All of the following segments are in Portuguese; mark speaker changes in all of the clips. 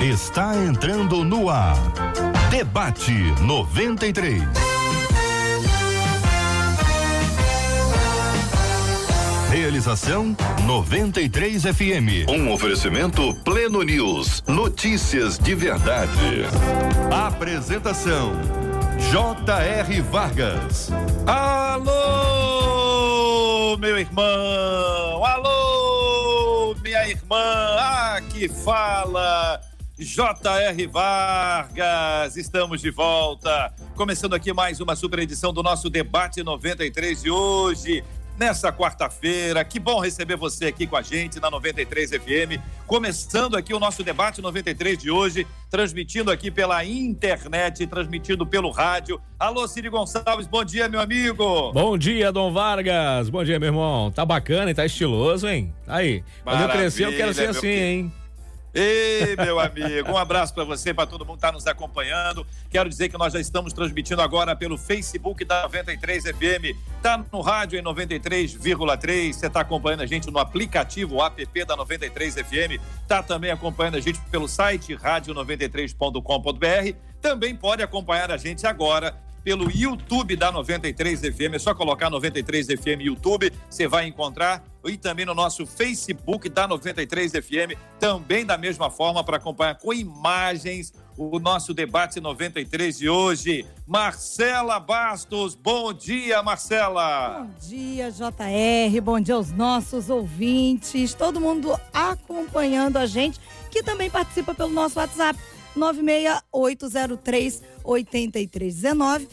Speaker 1: Está entrando no ar. Debate 93. Realização 93 FM. Um oferecimento Pleno News. Notícias de verdade. Apresentação J.R. Vargas.
Speaker 2: Alô, meu irmão! Alô, minha irmã! Aqui fala J.R. Vargas. Estamos de volta. Começando aqui mais uma super edição do nosso Debate 93 de hoje. Nessa quarta-feira, que bom receber você aqui com a gente na 93 FM, começando aqui o nosso Debate 93 de hoje, transmitindo aqui pela internet, transmitindo pelo rádio. Alô, Ciro Gonçalves, bom dia, meu amigo.
Speaker 3: Bom dia, Dom Vargas, bom dia, meu irmão. Tá bacana e tá estiloso, hein? Aí, quando eu crescer eu quero ser assim, hein?
Speaker 2: Ei, meu amigo, um abraço para você, para todo mundo que está nos acompanhando. Quero dizer que nós já estamos transmitindo agora pelo Facebook da 93 FM. Tá no rádio em 93,3. Você está acompanhando a gente no aplicativo, o app da 93 FM. Tá também acompanhando a gente pelo site radio93.com.br. Também pode acompanhar a gente agora pelo YouTube da 93 FM, é só colocar 93 FM YouTube, você vai encontrar, e também no nosso Facebook da 93 FM, também da mesma forma, para acompanhar com imagens o nosso Debate 93 de hoje. Marcela Bastos, bom dia, Marcela!
Speaker 4: Bom dia, JR, bom dia aos nossos ouvintes, todo mundo acompanhando a gente, que também participa pelo nosso WhatsApp, 96803-8319,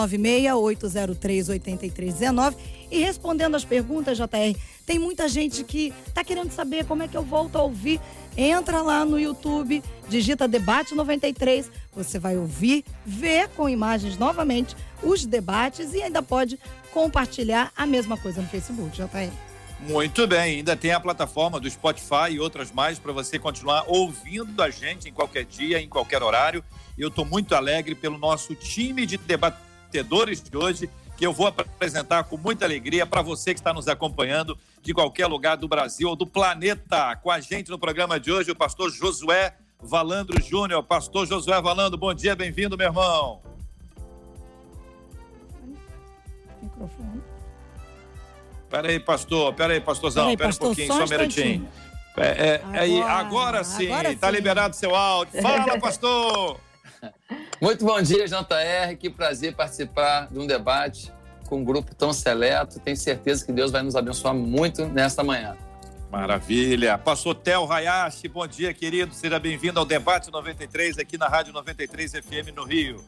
Speaker 4: 96803-8319. E respondendo as perguntas, JR, tem muita gente que tá querendo saber como é que eu volto a ouvir. Entra lá no YouTube, digita Debate 93, você vai ouvir, ver com imagens novamente os debates e ainda pode compartilhar a mesma coisa no Facebook, JR.
Speaker 2: Muito bem, ainda tem a plataforma do Spotify e outras mais para você continuar ouvindo a gente em qualquer dia, em qualquer horário. Eu estou muito alegre pelo nosso time de debatedores de hoje, que eu vou apresentar com muita alegria para você que está nos acompanhando de qualquer lugar do Brasil ou do planeta. Com a gente no programa de hoje, o pastor Josué Valandro Júnior. Pastor Josué Valandro, bom dia, bem-vindo, meu irmão.
Speaker 4: Microfone.
Speaker 2: Peraí, pastorzão, espera um pouquinho, só um minutinho. Agora sim, tá liberado seu áudio. Fala, pastor!
Speaker 5: Muito bom dia, JR, que prazer participar de um debate com um grupo tão seleto. Tenho certeza que Deus vai nos abençoar muito nesta manhã.
Speaker 2: Maravilha. Pastor Theo Hayashi, bom dia, querido. Seja bem-vindo ao Debate 93 aqui na Rádio 93 FM no Rio.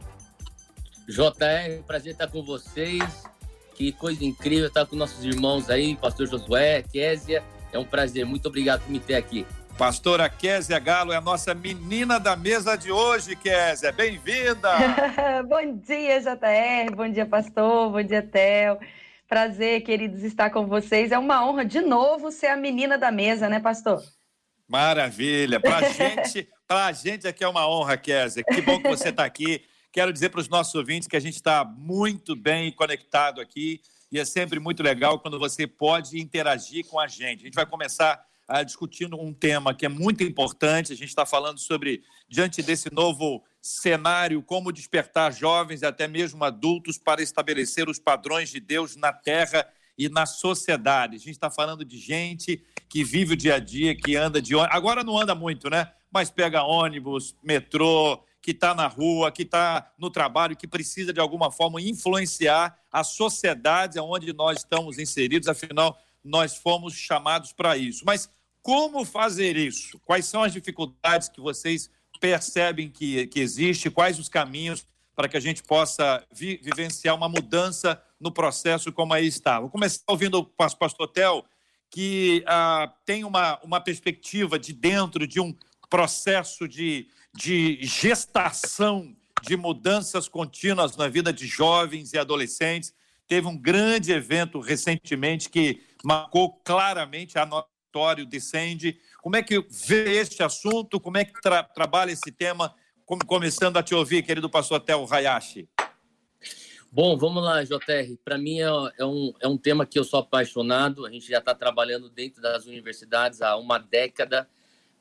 Speaker 6: JR, prazer estar com vocês. Que coisa incrível estar com nossos irmãos aí, pastor Josué, Késia. É um prazer, muito obrigado por me ter aqui.
Speaker 2: Pastora Késia Galo é a nossa menina da mesa de hoje, Késia. Bem-vinda!
Speaker 7: Bom dia, JR, bom dia, pastor, bom dia, Theo. Prazer, queridos, estar com vocês. É uma honra, de novo, ser a menina da mesa, né, pastor?
Speaker 2: Maravilha! Pra gente aqui é uma honra, Késia. Que bom que você está aqui. Quero dizer para os nossos ouvintes que a gente está muito bem conectado aqui e é sempre muito legal quando você pode interagir com a gente. A gente vai começar discutindo um tema que é muito importante. A gente está falando sobre, diante desse novo cenário, como despertar jovens e até mesmo adultos para estabelecer os padrões de Deus na terra e na sociedade. A gente está falando de gente que vive o dia a dia, que anda de ônibus. Agora não anda muito, né? Mas pega ônibus, metrô, que está na rua, que está no trabalho, que precisa de alguma forma influenciar a sociedade onde nós estamos inseridos, afinal, nós fomos chamados para isso. Mas como fazer isso? Quais são as dificuldades que vocês percebem que existe? Quais os caminhos para que a gente possa vivenciar uma mudança no processo como aí está? Vou começar ouvindo o pastor Theo, que tem uma perspectiva de dentro de um processo de gestação de mudanças contínuas na vida de jovens e adolescentes. Teve um grande evento recentemente que marcou claramente a notório Descende. Como é que vê este assunto? Como é que trabalha esse tema? Começando a te ouvir, querido pastor Theo Hayashi.
Speaker 6: Bom, vamos lá, JR. Para mim é um tema que eu sou apaixonado. A gente já está trabalhando dentro das universidades há uma década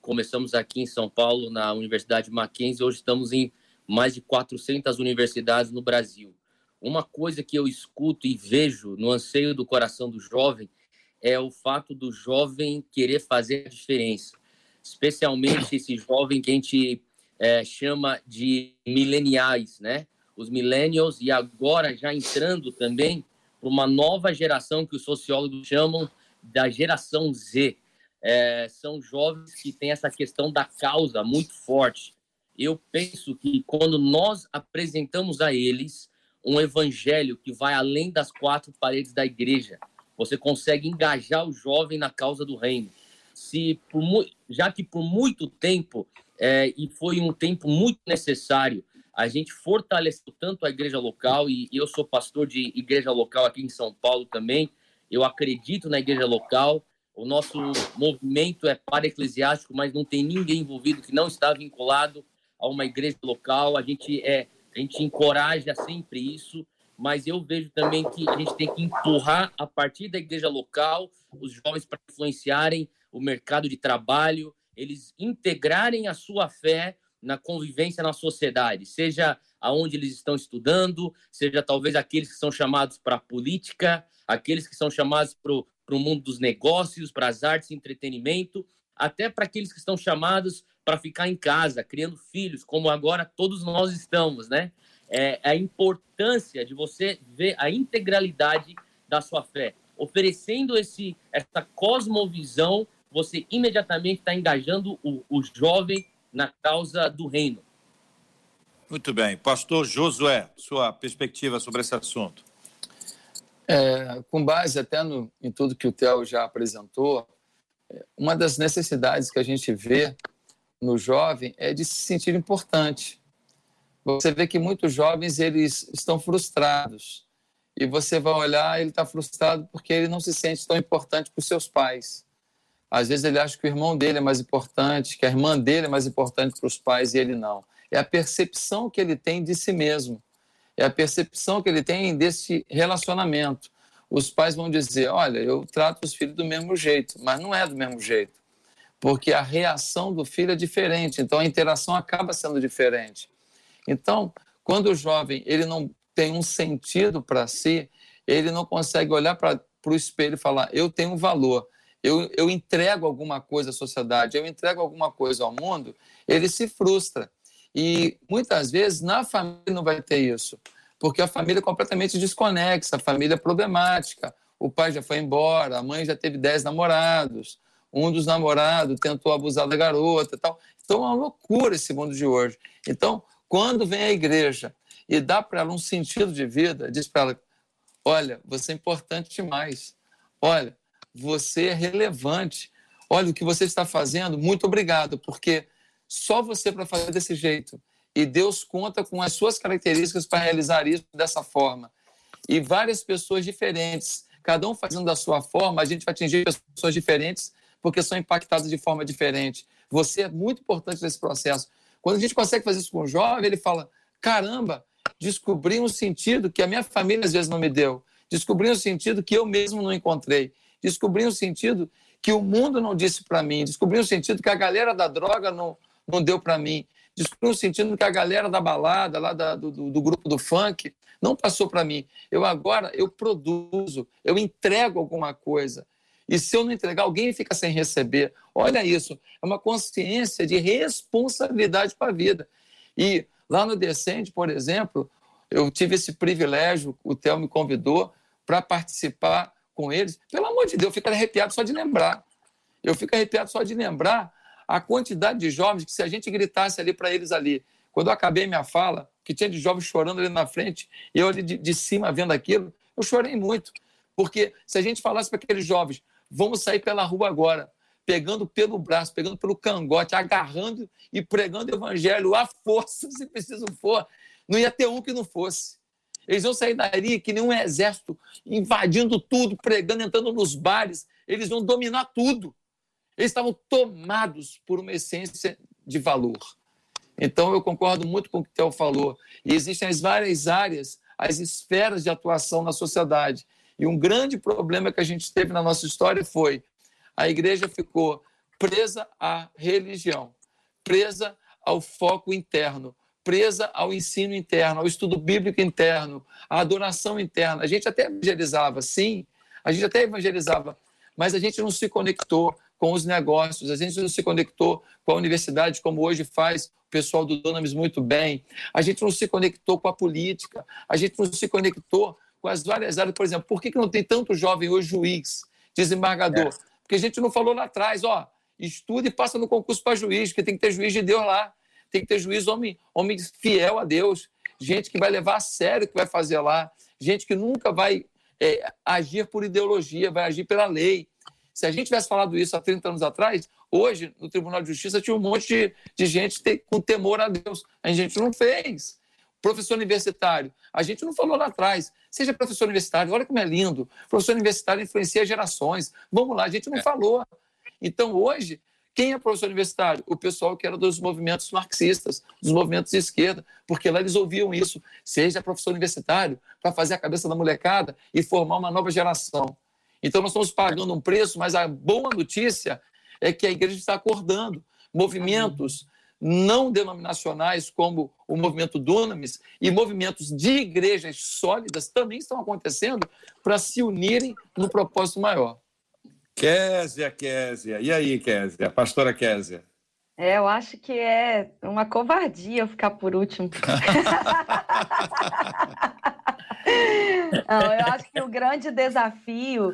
Speaker 6: começamos aqui em São Paulo, na Universidade Mackenzie, hoje estamos em mais de 400 universidades no Brasil. Uma coisa que eu escuto e vejo no anseio do coração do jovem é o fato do jovem querer fazer a diferença, especialmente esse jovem que a gente chama de mileniais, né? Os millennials, e agora já entrando também para uma nova geração que os sociólogos chamam da geração Z. São jovens que têm essa questão da causa muito forte. Eu penso que quando nós apresentamos a eles um evangelho que vai além das 4 paredes da igreja, você consegue engajar o jovem na causa do reino. Já que por muito tempo, e foi um tempo muito necessário, a gente fortaleceu tanto a igreja local, e eu sou pastor de igreja local aqui em São Paulo também, eu acredito na igreja local, o nosso movimento é para-eclesiástico, mas não tem ninguém envolvido que não está vinculado a uma igreja local, a gente encoraja sempre isso, mas eu vejo também que a gente tem que empurrar a partir da igreja local os jovens para influenciarem o mercado de trabalho, eles integrarem a sua fé na convivência na sociedade, seja aonde eles estão estudando, seja talvez aqueles que são chamados para a política, aqueles que são chamados para o mundo dos negócios, para as artes e entretenimento, até para aqueles que estão chamados para ficar em casa, criando filhos, como agora todos nós estamos, né? A importância de você ver a integralidade da sua fé. Oferecendo essa cosmovisão, você imediatamente está engajando o jovem na causa do reino.
Speaker 2: Muito bem. Pastor Josué, sua perspectiva sobre esse assunto.
Speaker 5: Com base até em tudo que o Theo já apresentou, uma das necessidades que a gente vê no jovem é de se sentir importante. Você vê que muitos jovens eles estão frustrados e você vai olhar, ele está frustrado porque ele não se sente tão importante para os seus pais. Às vezes ele acha que o irmão dele é mais importante, que a irmã dele é mais importante para os pais e ele não. É a percepção que ele tem de si mesmo. É a percepção que ele tem desse relacionamento. Os pais vão dizer, olha, eu trato os filhos do mesmo jeito, mas não é do mesmo jeito, porque a reação do filho é diferente, então a interação acaba sendo diferente. Então, quando o jovem ele não tem um sentido para si, ele não consegue olhar para o espelho e falar, eu tenho um valor, eu entrego alguma coisa à sociedade, eu entrego alguma coisa ao mundo, ele se frustra. E muitas vezes na família não vai ter isso, porque a família é completamente desconexa, a família é problemática, o pai já foi embora, a mãe já teve 10 namorados, um dos namorados tentou abusar da garota e tal. Então é uma loucura esse mundo de hoje. Então, quando vem a igreja e dá para ela um sentido de vida, diz para ela, olha, você é importante demais, olha, você é relevante, olha o que você está fazendo, muito obrigado, porque só você para fazer desse jeito. E Deus conta com as suas características para realizar isso dessa forma. E várias pessoas diferentes, cada um fazendo da sua forma, a gente vai atingir pessoas diferentes porque são impactadas de forma diferente. Você é muito importante nesse processo. Quando a gente consegue fazer isso com o jovem, ele fala, caramba, descobri um sentido que a minha família às vezes não me deu, descobri um sentido que eu mesmo não encontrei, descobri um sentido que o mundo não disse para mim, descobri um sentido que a galera da droga não deu para mim, descobri um sentido que a galera da balada, lá do grupo do funk, não passou para mim. Eu produzo, eu entrego alguma coisa. E se eu não entregar, alguém fica sem receber. Olha isso, é uma consciência de responsabilidade para a vida. E lá no Descende, por exemplo, eu tive esse privilégio, o Theo me convidou para participar com eles. Pelo amor de Deus, eu fico arrepiado só de lembrar. Eu fico arrepiado só de lembrar a quantidade de jovens que se a gente gritasse ali para eles ali, quando eu acabei minha fala, que tinha de jovens chorando ali na frente, e eu ali de cima vendo aquilo, eu chorei muito. Porque se a gente falasse para aqueles jovens, vamos sair pela rua agora, pegando pelo braço, pegando pelo cangote, agarrando e pregando o evangelho à força, se preciso for, não ia ter um que não fosse. Eles iam sair dali que nem um exército, invadindo tudo, pregando, entrando nos bares, eles iam dominar tudo. Eles estavam tomados por uma essência de valor. Então, eu concordo muito com o que o Theo falou. E existem as várias áreas, as esferas de atuação na sociedade. E um grande problema que a gente teve na nossa história foi a igreja ficou presa à religião, presa ao foco interno, presa ao ensino interno, ao estudo bíblico interno, à adoração interna. A gente até evangelizava, sim, mas a gente não se conectou com os negócios, a gente não se conectou com a universidade, como hoje faz o pessoal do Dunamis muito bem, a gente não se conectou com a política, a gente não se conectou com as várias áreas. Por exemplo, por que não tem tanto jovem hoje juiz, desembargador? Porque a gente não falou lá atrás, estuda e passa no concurso para juiz, porque tem que ter juiz de Deus lá, tem que ter juiz homem fiel a Deus, gente que vai levar a sério o que vai fazer lá, gente que nunca vai agir por ideologia, vai agir pela lei. Se a gente tivesse falado isso há 30 anos atrás, hoje, no Tribunal de Justiça, tinha um monte de gente com temor a Deus. A gente não fez. Professor universitário, a gente não falou lá atrás. Seja professor universitário, olha como é lindo. Professor universitário influencia gerações. Vamos lá, a gente não falou. Então, hoje, quem é professor universitário? O pessoal que era dos movimentos marxistas, dos movimentos de esquerda, porque lá eles ouviam isso. Seja professor universitário para fazer a cabeça da molecada e formar uma nova geração. Então, nós estamos pagando um preço, mas a boa notícia é que a igreja está acordando. Movimentos não denominacionais, como o movimento Dunamis, e movimentos de igrejas sólidas também estão acontecendo para se unirem no propósito maior.
Speaker 2: Kézia. E aí, Kézia? Pastora Kézia?
Speaker 7: Eu acho que é uma covardia eu ficar por último. Não, eu acho que o grande desafio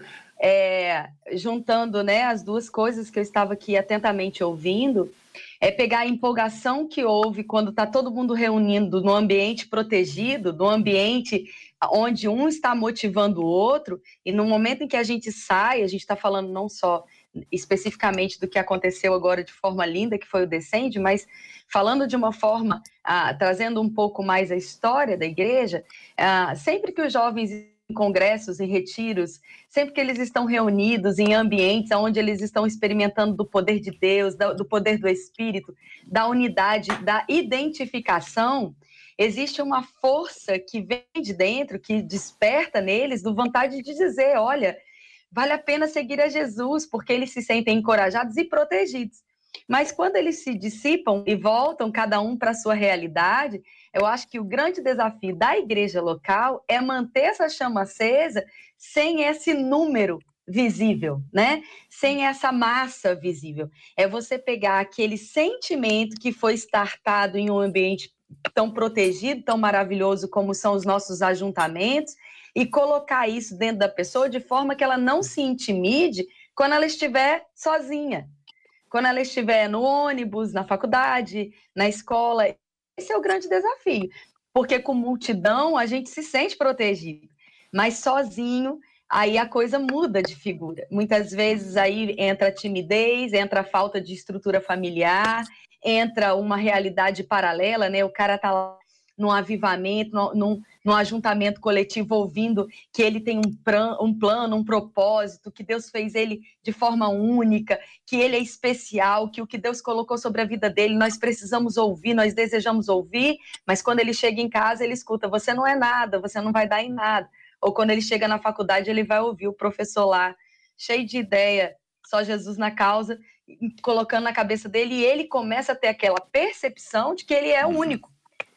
Speaker 7: juntando, né, as duas coisas que eu estava aqui atentamente ouvindo, é pegar a empolgação que houve quando está todo mundo reunindo no ambiente protegido, no ambiente onde um está motivando o outro, e no momento em que a gente sai, a gente está falando não só especificamente do que aconteceu agora de forma linda, que foi o Descende, mas falando de uma forma, trazendo um pouco mais a história da igreja, sempre que os jovens em congressos, em retiros, sempre que eles estão reunidos em ambientes onde eles estão experimentando do poder de Deus, do poder do Espírito, da unidade, da identificação, existe uma força que vem de dentro, que desperta neles do vontade de dizer, olha, vale a pena seguir a Jesus, porque eles se sentem encorajados e protegidos. Mas quando eles se dissipam e voltam cada um para a sua realidade, eu acho que o grande desafio da igreja local é manter essa chama acesa sem esse número visível, né? Sem essa massa visível. É você pegar aquele sentimento que foi startado em um ambiente tão protegido, tão maravilhoso como são os nossos ajuntamentos, e colocar isso dentro da pessoa de forma que ela não se intimide quando ela estiver sozinha. Quando ela estiver no ônibus, na faculdade, na escola. Esse é o grande desafio, porque com multidão a gente se sente protegido, mas sozinho aí a coisa muda de figura. Muitas vezes aí entra a timidez, entra a falta de estrutura familiar, entra uma realidade paralela, né? O cara tá lá num avivamento, num ajuntamento coletivo, ouvindo que ele tem um plano, um propósito, que Deus fez ele de forma única, que ele é especial, que o que Deus colocou sobre a vida dele, nós precisamos ouvir, nós desejamos ouvir, mas quando ele chega em casa, ele escuta, você não é nada, você não vai dar em nada. Ou quando ele chega na faculdade, ele vai ouvir o professor lá, cheio de ideia, só Jesus na causa, colocando na cabeça dele, e ele começa a ter aquela percepção de que ele é o único.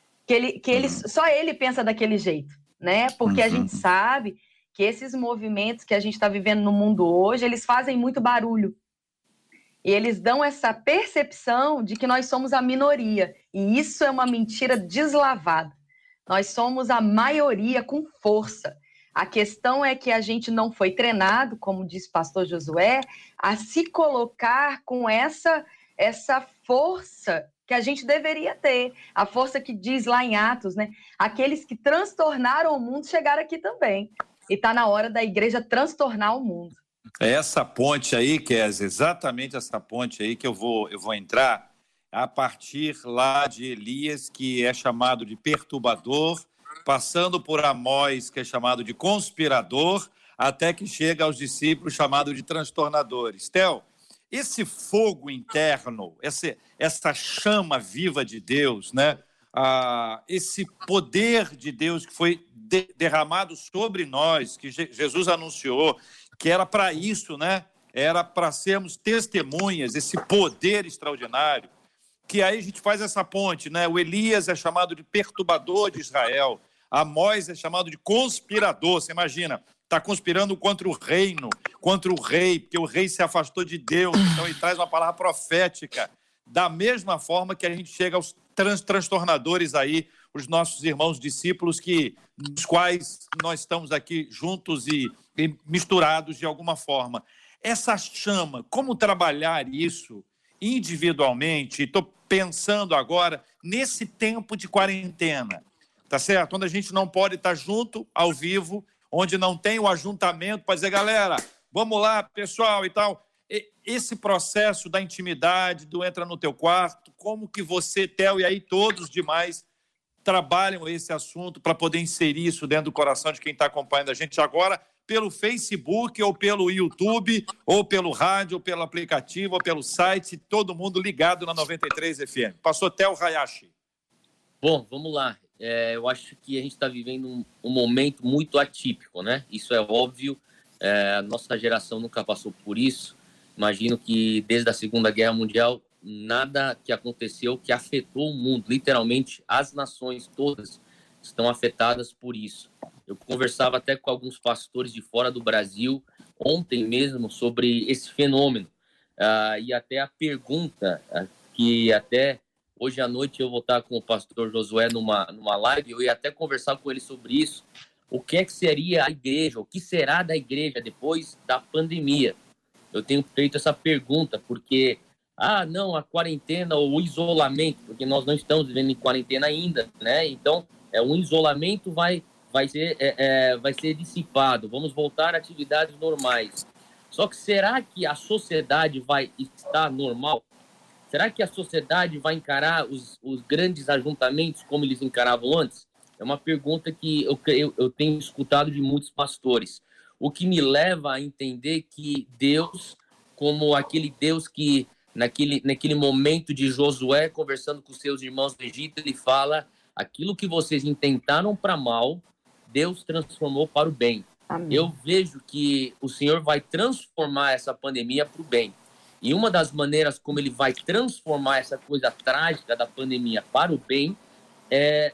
Speaker 7: Só ele pensa daquele jeito, né? Porque a gente sabe que esses movimentos que a gente está vivendo no mundo hoje, eles fazem muito barulho. E eles dão essa percepção de que nós somos a minoria. E isso é uma mentira deslavada. Nós somos a maioria com força. A questão é que a gente não foi treinado, como disse o pastor Josué, a se colocar com essa força que a gente deveria ter, a força que diz lá em Atos, né? Aqueles que transtornaram o mundo chegaram aqui também. E está na hora da igreja transtornar o mundo.
Speaker 2: É essa ponte aí, Kézia, exatamente essa ponte aí que eu vou entrar a partir lá de Elias, que é chamado de perturbador, passando por Amós, que é chamado de conspirador, até que chega aos discípulos chamado de transtornadores. Theo, esse fogo interno, essa chama viva de Deus, né? Esse poder de Deus que foi derramado sobre nós, que Jesus anunciou, que era para isso, né? era para sermos testemunhas, esse poder extraordinário, que aí a gente faz essa ponte, né? O Elias é chamado de perturbador de Israel, Amós é chamado de conspirador, você imagina, está conspirando contra o reino, contra o rei, porque o rei se afastou de Deus, então ele traz uma palavra profética, da mesma forma que a gente chega aos transtornadores aí, os nossos irmãos discípulos, dos quais nós estamos aqui juntos e misturados de alguma forma. Essa chama, como trabalhar isso individualmente? Estou pensando agora nesse tempo de quarentena, tá certo? Onde a gente não pode estar junto, ao vivo, onde não tem o ajuntamento para dizer, galera, vamos lá, pessoal e tal. Esse processo da intimidade, do entra no teu quarto, como que você, Theo, e aí todos os demais trabalham esse assunto para poder inserir isso dentro do coração de quem está acompanhando a gente agora, pelo Facebook, ou pelo YouTube, ou pelo rádio, ou pelo aplicativo, ou pelo site, todo mundo ligado na 93 FM. Pastor Theo Hayashi.
Speaker 6: Bom, vamos lá. Eu acho que a gente está vivendo um momento muito atípico, né? Isso é óbvio. A nossa geração nunca passou por isso. Imagino que desde a Segunda Guerra Mundial, nada que aconteceu que afetou o mundo. Literalmente, as nações todas estão afetadas por isso. Eu conversava até com alguns pastores de fora do Brasil ontem mesmo sobre esse fenômeno. E até a pergunta que até hoje à noite eu vou estar com o pastor Josué numa live, eu ia até conversar com ele sobre isso. O que é que seria a igreja? O que será da igreja depois da pandemia? Eu tenho feito essa pergunta porque, não, a quarentena ou o isolamento, porque nós não estamos vivendo em quarentena ainda, né? Então, o isolamento vai ser dissipado, vamos voltar a atividades normais. Só que será que a sociedade vai estar normal? Será que a sociedade vai encarar os grandes ajuntamentos como eles encaravam antes? É uma pergunta que eu tenho escutado de muitos pastores. O que me leva a entender que Deus, como aquele Deus que naquele momento de Josué conversando com seus irmãos do Egito, ele fala, aquilo que vocês intentaram para mal, Deus transformou para o bem. Amém. Eu vejo que o Senhor vai transformar essa pandemia para o bem. E uma das maneiras como ele vai transformar essa coisa trágica da pandemia para o bem é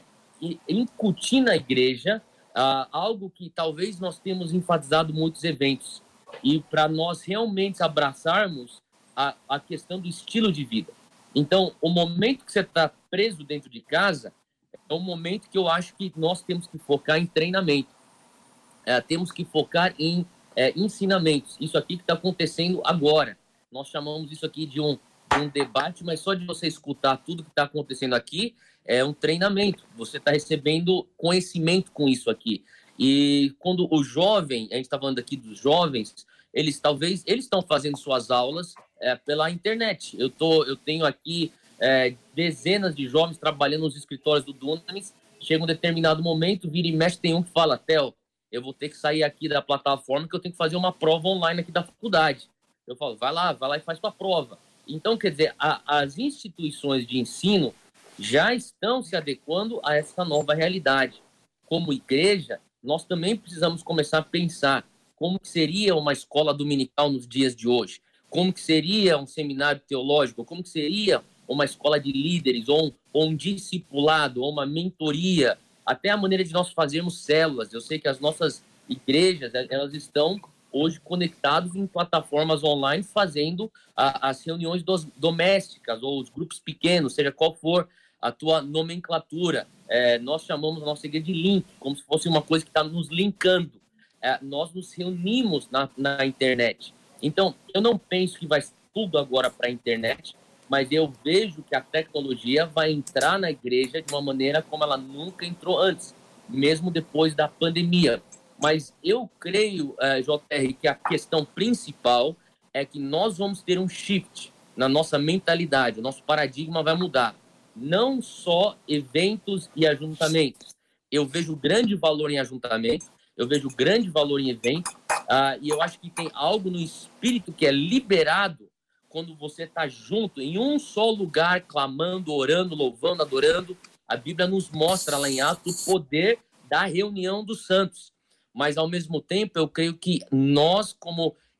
Speaker 6: incutir na igreja algo que talvez nós temos enfatizado muitos eventos. E para nós realmente abraçarmos a questão do estilo de vida. Então, o momento que você está preso dentro de casa é um momento que eu acho que nós temos que focar em treinamento. Temos que focar em ensinamentos. Isso aqui que está acontecendo agora. Nós chamamos isso aqui de um debate, mas só de você escutar tudo que está acontecendo aqui é um treinamento. Você está recebendo conhecimento com isso aqui. E quando o jovem, a gente está falando aqui dos jovens, eles estão fazendo suas aulas pela internet. Eu tenho aqui dezenas de jovens trabalhando nos escritórios do Dunamis. Chega um determinado momento, vira e mexe, tem um que fala, Theo, eu vou ter que sair aqui da plataforma que eu tenho que fazer uma prova online aqui da faculdade. Eu falo, vai lá e faz tua prova. Então, quer dizer, as instituições de ensino já estão se adequando a essa nova realidade. Como igreja, nós também precisamos começar a pensar como que seria uma escola dominical nos dias de hoje, como que seria um seminário teológico, como que seria uma escola de líderes, ou um discipulado, ou uma mentoria, até a maneira de nós fazermos células. Eu sei que as nossas igrejas, elas estão hoje conectadas em plataformas online, fazendo as reuniões domésticas, ou os grupos pequenos, seja qual for a tua nomenclatura. Nós chamamos a nossa igreja de link, como se fosse uma coisa que está nos linkando. Nós nos reunimos na internet. Então, eu não penso que vai tudo agora para a internet, mas eu vejo que a tecnologia vai entrar na igreja de uma maneira como ela nunca entrou antes, mesmo depois da pandemia. Mas eu creio, JR, que a questão principal é que nós vamos ter um shift na nossa mentalidade, o nosso paradigma vai mudar. Não só eventos e ajuntamentos. Eu vejo grande valor em ajuntamentos, eu vejo grande valor em eventos, e eu acho que tem algo no espírito que é liberado quando você está junto, em um só lugar, clamando, orando, louvando, adorando. A Bíblia nos mostra lá em Atos o poder da reunião dos santos. Mas, ao mesmo tempo, eu creio que nós, como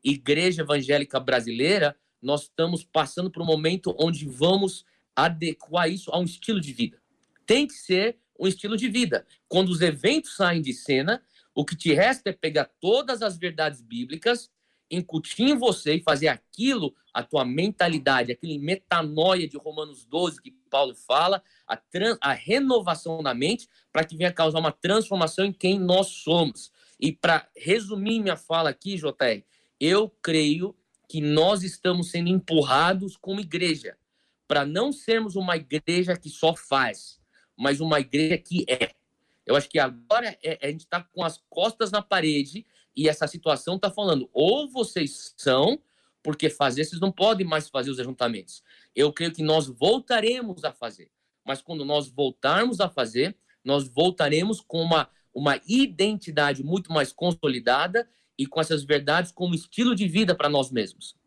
Speaker 6: igreja evangélica brasileira, nós estamos passando por um momento onde vamos adequar isso a um estilo de vida. Tem que ser um estilo de vida. Quando os eventos saem de cena, o que te resta é pegar todas as verdades bíblicas, incutir em você e fazer aquilo, a tua mentalidade, aquele metanoia de Romanos 12 que Paulo fala, a renovação da mente, para que venha causar uma transformação em quem nós somos. E para resumir minha fala aqui, JR, eu creio que nós estamos sendo empurrados como igreja para não sermos uma igreja que só faz, mas uma igreja que é. Eu acho que agora a gente está com as costas na parede e essa situação está falando, ou vocês são, porque vocês não podem mais fazer os ajuntamentos. Eu creio que nós voltaremos a fazer, mas quando nós voltarmos a fazer, nós voltaremos com uma identidade muito mais consolidada e com essas verdades como estilo de vida para nós mesmos.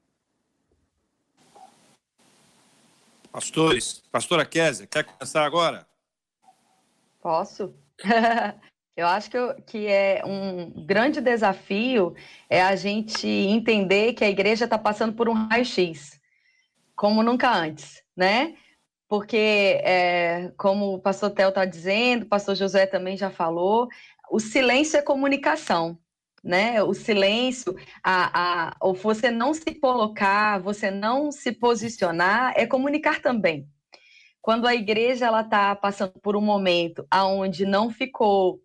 Speaker 2: Pastores, pastora Kézia, quer começar agora?
Speaker 7: Posso? Eu acho que é um grande desafio é a gente entender que a igreja está passando por um raio-x, como nunca antes, né? Porque, como o pastor Theo está dizendo, o pastor Josué também já falou, o silêncio é comunicação, né? O silêncio, ou você não se colocar, você não se posicionar, é comunicar também. Quando a igreja está passando por um momento onde não ficou,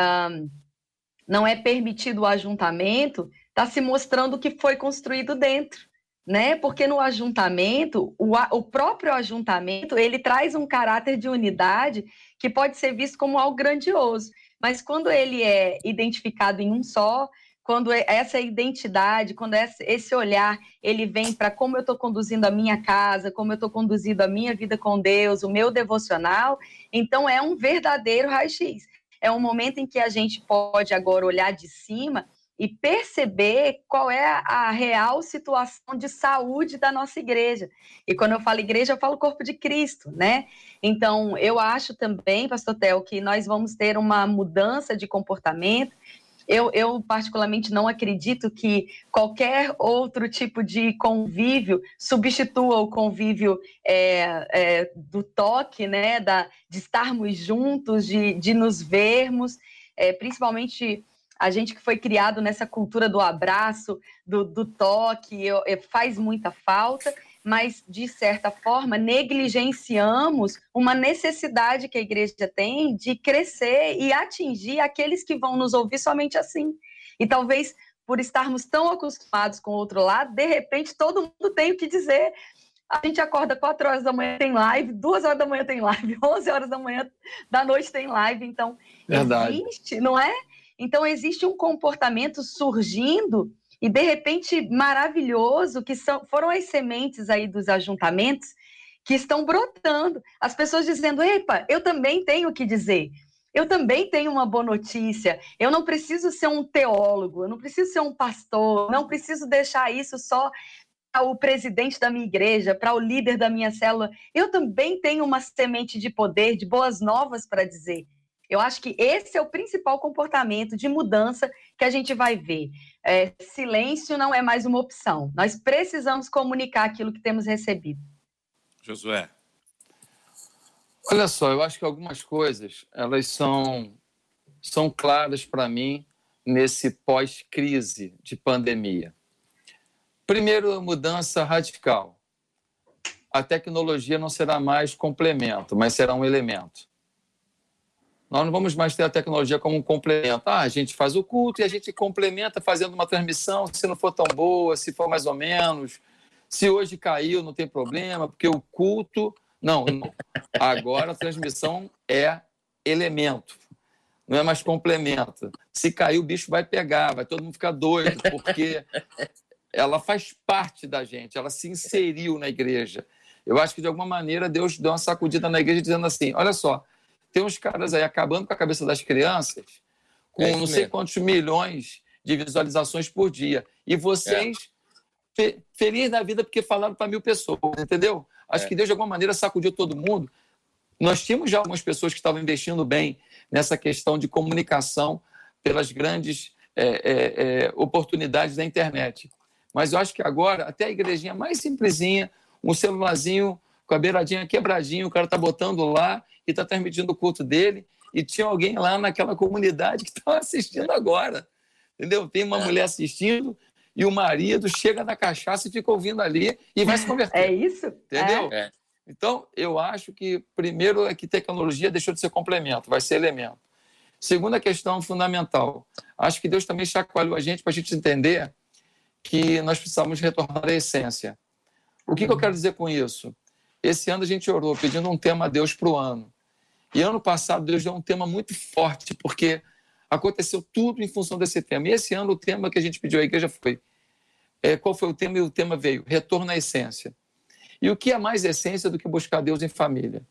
Speaker 7: não é permitido o ajuntamento, está se mostrando o que foi construído dentro, né? Porque no ajuntamento, o próprio ajuntamento, ele traz um caráter de unidade que pode ser visto como algo grandioso, mas quando ele é identificado em um só, quando essa identidade, quando esse olhar, ele vem para como eu estou conduzindo a minha casa, como eu estou conduzindo a minha vida com Deus, o meu devocional, então é um verdadeiro raio-x. É um momento em que a gente pode agora olhar de cima e perceber qual é a real situação de saúde da nossa igreja. E quando eu falo igreja, eu falo corpo de Cristo, né? Então, eu acho também, pastor Theo, que nós vamos ter uma mudança de comportamento. Eu particularmente não acredito que qualquer outro tipo de convívio substitua o convívio do toque, né? De estarmos juntos, de nos vermos, principalmente a gente que foi criado nessa cultura do abraço, do toque, faz muita falta, mas, de certa forma, negligenciamos uma necessidade que a igreja tem de crescer e atingir aqueles que vão nos ouvir somente assim. E talvez, por estarmos tão acostumados com o outro lado, de repente, todo mundo tem o que dizer. A gente acorda 4 horas da manhã, tem live, 2 horas da manhã tem live, 11 horas da noite tem live. Então,
Speaker 5: verdade.
Speaker 7: Existe, não é? Então, existe um comportamento surgindo e, de repente, maravilhoso, que foram as sementes aí dos ajuntamentos que estão brotando. As pessoas dizendo, epa, eu também tenho o que dizer. Eu também tenho uma boa notícia. Eu não preciso ser um teólogo, eu não preciso ser um pastor, não preciso deixar isso só para o presidente da minha igreja, para o líder da minha célula. Eu também tenho uma semente de poder, de boas novas para dizer. Eu acho que esse é o principal comportamento de mudança que a gente vai ver. Silêncio não é mais uma opção. Nós precisamos comunicar aquilo que temos recebido.
Speaker 2: Josué.
Speaker 5: Olha só, eu acho que algumas coisas, elas são claras para mim nesse pós-crise de pandemia. Primeiro, mudança radical. A tecnologia não será mais complemento, mas será um elemento. Nós não vamos mais ter a tecnologia como um complemento. A gente faz o culto e a gente complementa fazendo uma transmissão, se não for tão boa, se for mais ou menos. Se hoje caiu, não tem problema, porque o culto... Não. Agora a transmissão é elemento, não é mais complemento. Se cair, o bicho vai pegar, vai todo mundo ficar doido, porque ela faz parte da gente, ela se inseriu na igreja. Eu acho que, de alguma maneira, Deus deu uma sacudida na igreja dizendo assim, olha só, tem uns caras aí acabando com a cabeça das crianças com não sei quantos milhões de visualizações por dia. E vocês, felizes da vida porque falaram para 1.000 pessoas, entendeu? Acho que Deus, de alguma maneira, sacudiu todo mundo. Nós tínhamos já algumas pessoas que estavam investindo bem nessa questão de comunicação pelas grandes oportunidades da internet. Mas eu acho que agora, até a igrejinha mais simplesinha, um celularzinho com a beiradinha quebradinha, o cara está botando lá e está transmitindo o culto dele, e tinha alguém lá naquela comunidade que estava assistindo agora, entendeu? Tem uma mulher assistindo e o marido chega na cachaça e fica ouvindo ali e vai se converter.
Speaker 7: É isso?
Speaker 5: Entendeu? Então, eu acho que, primeiro, é que tecnologia deixou de ser complemento, vai ser elemento. Segunda questão fundamental, acho que Deus também chacoalhou a gente para a gente entender que nós precisamos retornar à essência. O que eu quero dizer com isso? Esse ano a gente orou pedindo um tema a Deus para o ano. E ano passado Deus deu um tema muito forte, porque aconteceu tudo em função desse tema. E esse ano o tema que a gente pediu à igreja foi... qual foi o tema? E o tema veio, retorno à essência. E o que é mais essência do que buscar Deus em família?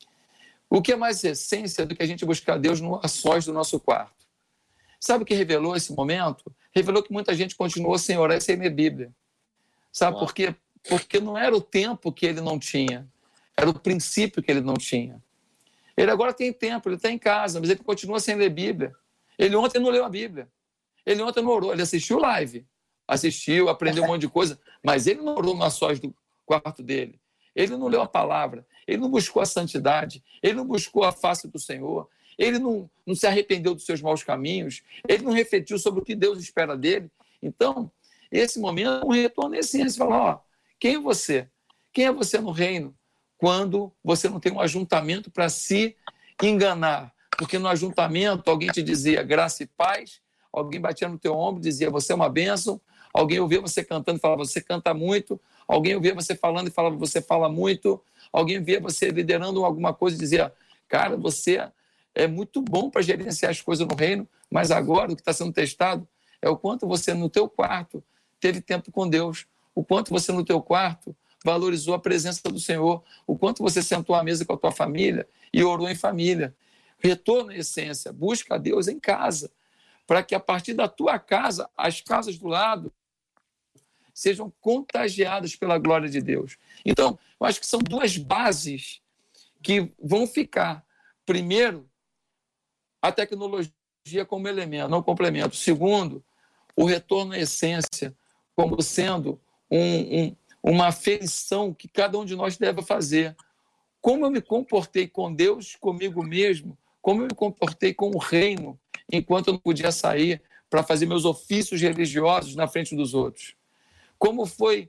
Speaker 5: O que é mais essência do que a gente buscar Deus a sós do nosso quarto? Sabe o que revelou esse momento? Revelou que muita gente continuou sem orar e sem ler Bíblia. Sabe por quê? Porque não era o tempo que ele não tinha, era o princípio que ele não tinha. Ele agora tem tempo, ele está em casa, mas ele continua sem ler Bíblia. Ele ontem não leu a Bíblia. Ele ontem não orou, ele assistiu live. Assistiu, aprendeu um monte de coisa, mas ele não orou no sós do quarto dele. Ele não leu a palavra, ele não buscou a santidade, ele não buscou a face do Senhor, ele não se arrependeu dos seus maus caminhos, ele não refletiu sobre o que Deus espera dele. Então, esse momento é um retorno à essência. Fala, quem é você? Quem é você no reino? Quando você não tem um ajuntamento para se enganar. Porque no ajuntamento alguém te dizia graça e paz, alguém batia no teu ombro e dizia você é uma bênção, alguém ouvia você cantando e falava você canta muito, alguém ouvia você falando e falava você fala muito, alguém via você liderando alguma coisa e dizia cara, você é muito bom para gerenciar as coisas no reino, mas agora o que está sendo testado é o quanto você no teu quarto teve tempo com Deus, o quanto você no teu quarto valorizou a presença do Senhor, o quanto você sentou à mesa com a tua família e orou em família. Retorno à essência, busca a Deus em casa, para que a partir da tua casa, as casas do lado sejam contagiadas pela glória de Deus. Então, eu acho que são duas bases que vão ficar. Primeiro, a tecnologia como elemento, não complemento. Segundo, o retorno à essência como sendo uma afeição que cada um de nós deve fazer. Como eu me comportei com Deus, comigo mesmo, como eu me comportei com o reino, enquanto eu não podia sair para fazer meus ofícios religiosos na frente dos outros. Como foi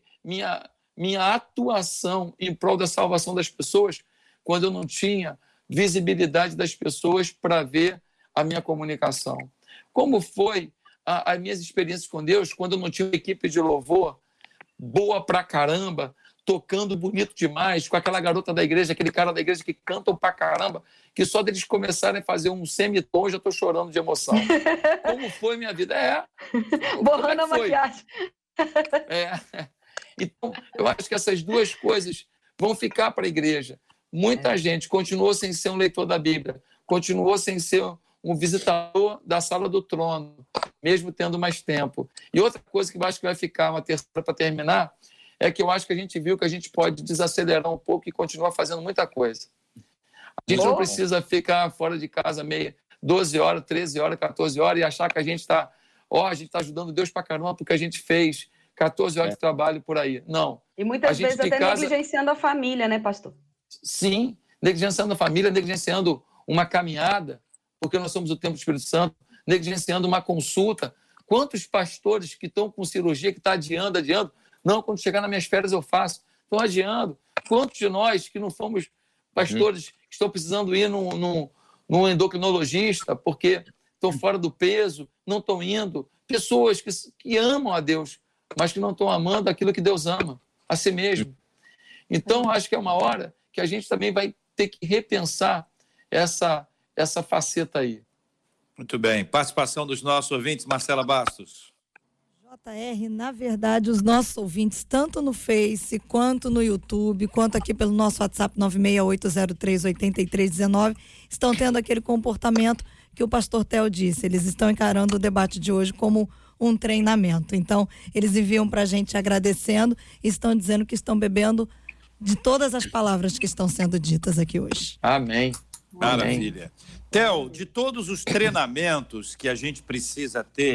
Speaker 5: minha atuação em prol da salvação das pessoas, quando eu não tinha visibilidade das pessoas para ver a minha comunicação. Como foi as minhas experiências com Deus, quando eu não tinha uma equipe de louvor boa pra caramba, tocando bonito demais, com aquela garota da igreja, aquele cara da igreja que cantam pra caramba, que só deles começarem a fazer um semitom, já estou chorando de emoção. Como foi minha vida?
Speaker 7: Borrando a maquiagem.
Speaker 5: Então, eu acho que essas duas coisas vão ficar para a igreja. Muita gente continuou sem ser um leitor da Bíblia, continuou sem ser um visitador da sala do trono, mesmo tendo mais tempo. E outra coisa que eu acho que vai ficar, uma terceira para terminar, é que eu acho que a gente viu que a gente pode desacelerar um pouco e continuar fazendo muita coisa. A gente não precisa ficar fora de casa 12 horas, 13 horas, 14 horas e achar que a gente está ajudando Deus para caramba porque a gente fez 14 horas de trabalho por aí. Não.
Speaker 7: E muitas vezes até negligenciando a família, né, pastor?
Speaker 5: Sim, negligenciando a família, negligenciando uma caminhada, porque nós somos o templo do Espírito Santo, negligenciando uma consulta. Quantos pastores que estão com cirurgia, que estão adiando, não, quando chegar nas minhas férias eu faço, estão adiando. Quantos de nós que não fomos pastores que estão precisando ir num endocrinologista porque estão fora do peso, não estão indo. Pessoas que amam a Deus, mas que não estão amando aquilo que Deus ama, a si mesmo. Então, acho que é uma hora que a gente também vai ter que repensar essa faceta aí.
Speaker 2: Muito bem. Participação dos nossos ouvintes, Marcela Bastos.
Speaker 4: JR, na verdade, os nossos ouvintes, tanto no Face, quanto no YouTube, quanto aqui pelo nosso WhatsApp 968038319, estão tendo aquele comportamento que o pastor Theo disse. Eles estão encarando o debate de hoje como um treinamento. Então, eles enviam para a gente agradecendo e estão dizendo que estão bebendo de todas as palavras que estão sendo ditas aqui hoje.
Speaker 5: Amém.
Speaker 2: Maravilha. Theo, de todos os treinamentos que a gente precisa ter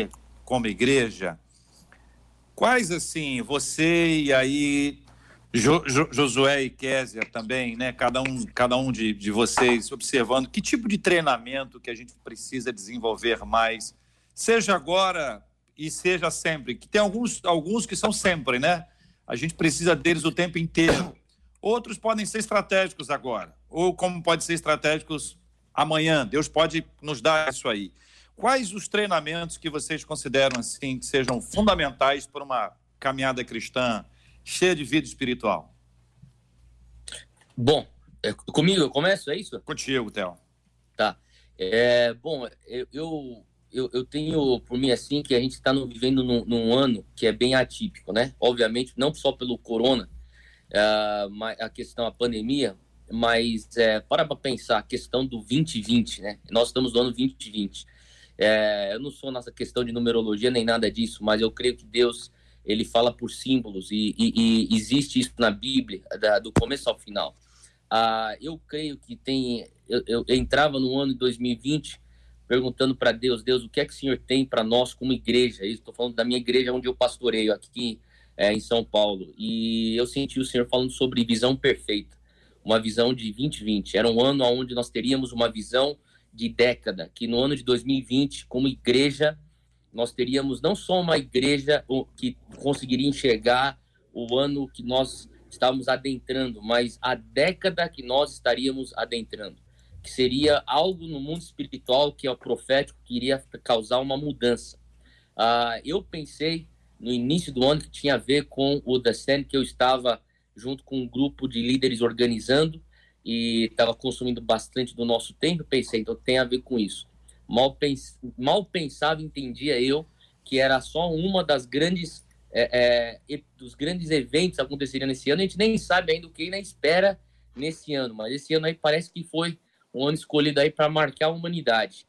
Speaker 2: como igreja, quais, assim, você e aí Josué e Kézia também, né? Cada um de vocês observando que tipo de treinamento que a gente precisa desenvolver mais, seja agora e seja sempre, que tem alguns que são sempre, né? A gente precisa deles o tempo inteiro. Outros podem ser estratégicos agora, ou como pode ser estratégicos amanhã. Deus pode nos dar isso aí. Quais os treinamentos que vocês consideram assim que sejam fundamentais para uma caminhada cristã cheia de vida espiritual?
Speaker 6: Bom, comigo eu começo, é isso?
Speaker 2: Contigo, Theo.
Speaker 6: Tá. Bom, eu tenho por mim assim que a gente está vivendo num ano que é bem atípico, né? Obviamente, não só pelo corona, a pandemia, mas para pensar a questão do 2020, né? Nós estamos no ano 2020. Eu não sou nessa questão de numerologia nem nada disso, mas eu creio que Deus, ele fala por símbolos e existe isso na Bíblia, do começo ao final. Eu creio que eu entrava no ano de 2020 perguntando para Deus, o que é que o Senhor tem para nós como igreja? Estou falando da minha igreja onde eu pastoreio aqui em São Paulo. E eu senti o Senhor falando sobre visão perfeita, uma visão de 2020. Era um ano onde nós teríamos uma visão de década, que no ano de 2020, como igreja, nós teríamos não só uma igreja que conseguiria enxergar o ano que nós estávamos adentrando, mas a década que nós estaríamos adentrando, que seria algo no mundo espiritual, que é o profético, que iria causar uma mudança. Eu pensei no início do ano que tinha a ver com o Descend, que eu estava junto com um grupo de líderes organizando e estava consumindo bastante do nosso tempo. Pensei, então tem a ver com isso. Mal pensava, entendia eu que era só uma das grandes dos grandes eventos que aconteceriam nesse ano. A gente nem sabe ainda o que ainda espera nesse ano, mas esse ano aí parece que foi um ano escolhido aí para marcar a humanidade.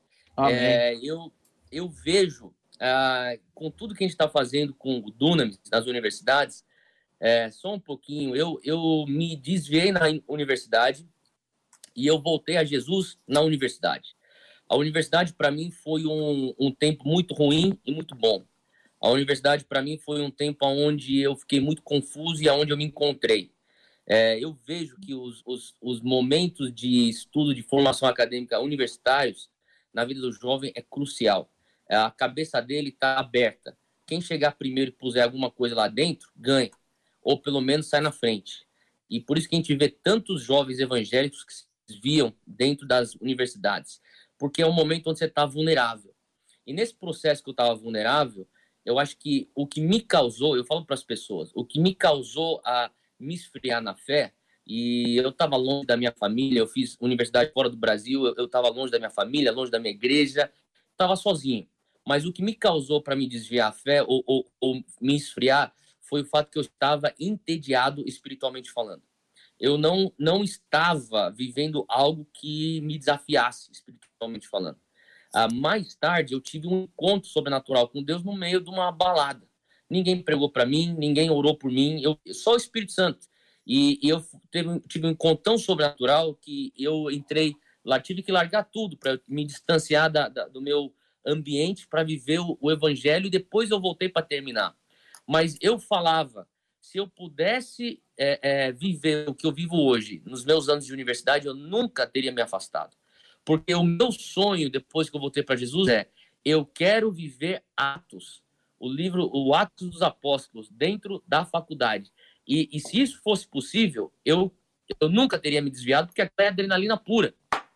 Speaker 6: Eu vejo, com tudo que a gente está fazendo com o Dunamis nas universidades, só um pouquinho, eu me desviei na universidade e eu voltei a Jesus na universidade. A universidade, para mim, foi um tempo muito ruim e muito bom. A universidade, para mim, foi um tempo onde eu fiquei muito confuso e onde eu me encontrei. Eu vejo que os momentos de estudo, de formação acadêmica universitários, na vida do jovem, é crucial. A cabeça dele está aberta. Quem chegar primeiro e puser alguma coisa lá dentro, ganha. Ou pelo menos sai na frente. E por isso que a gente vê tantos jovens evangélicos que se desviam dentro das universidades. Porque é um momento onde você está vulnerável. E nesse processo que eu estava vulnerável, eu acho que o que me causou, eu falo para as pessoas, o que me causou a me esfriar na fé, e eu estava longe da minha família, eu fiz universidade fora do Brasil, eu estava longe da minha família, longe da minha igreja, estava sozinho. Mas o que me causou para me desviar a fé ou me esfriar foi o fato que eu estava entediado espiritualmente falando. Eu não estava vivendo algo que me desafiasse espiritualmente falando. Mais tarde, eu tive um encontro sobrenatural com Deus no meio de uma balada. Ninguém pregou para mim, ninguém orou por mim, só o Espírito Santo. E eu tive um encontro tão sobrenatural que eu entrei lá, tive que largar tudo para me distanciar do meu ambiente para viver o evangelho, e depois eu voltei para terminar. Mas eu falava, se eu pudesse viver o que eu vivo hoje, nos meus anos de universidade, eu nunca teria me afastado. Porque o meu sonho, depois que eu voltei para Jesus, eu quero viver Atos, o Atos dos Apóstolos, dentro da faculdade. E se isso fosse possível, eu nunca teria me desviado, porque aquilo é adrenalina pura.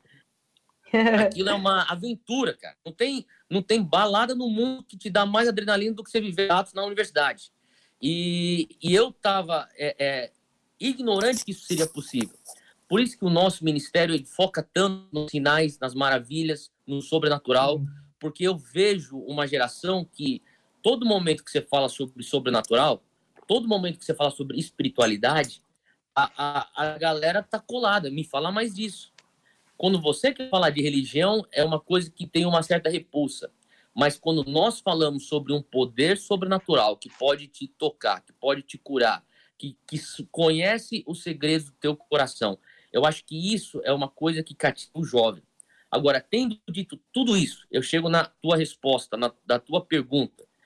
Speaker 6: Aquilo é uma aventura, cara. Não tem balada no mundo que te dá mais adrenalina do que você viver Atos na universidade. E eu estava ignorante que isso seria possível. Por isso que o nosso ministério foca tanto nos sinais, nas maravilhas, no sobrenatural, porque eu vejo uma geração que todo momento que você fala sobre sobrenatural, todo momento que você fala sobre espiritualidade, a galera tá colada, me fala mais disso. Quando você quer falar de religião, é uma coisa que tem uma certa repulsa. Mas quando nós falamos sobre um poder sobrenatural que pode te tocar, que pode te curar, que conhece os segredos do teu coração, eu acho que isso é uma coisa que cativa o jovem. Agora, tendo dito tudo isso, eu chego na tua resposta, da tua pergunta.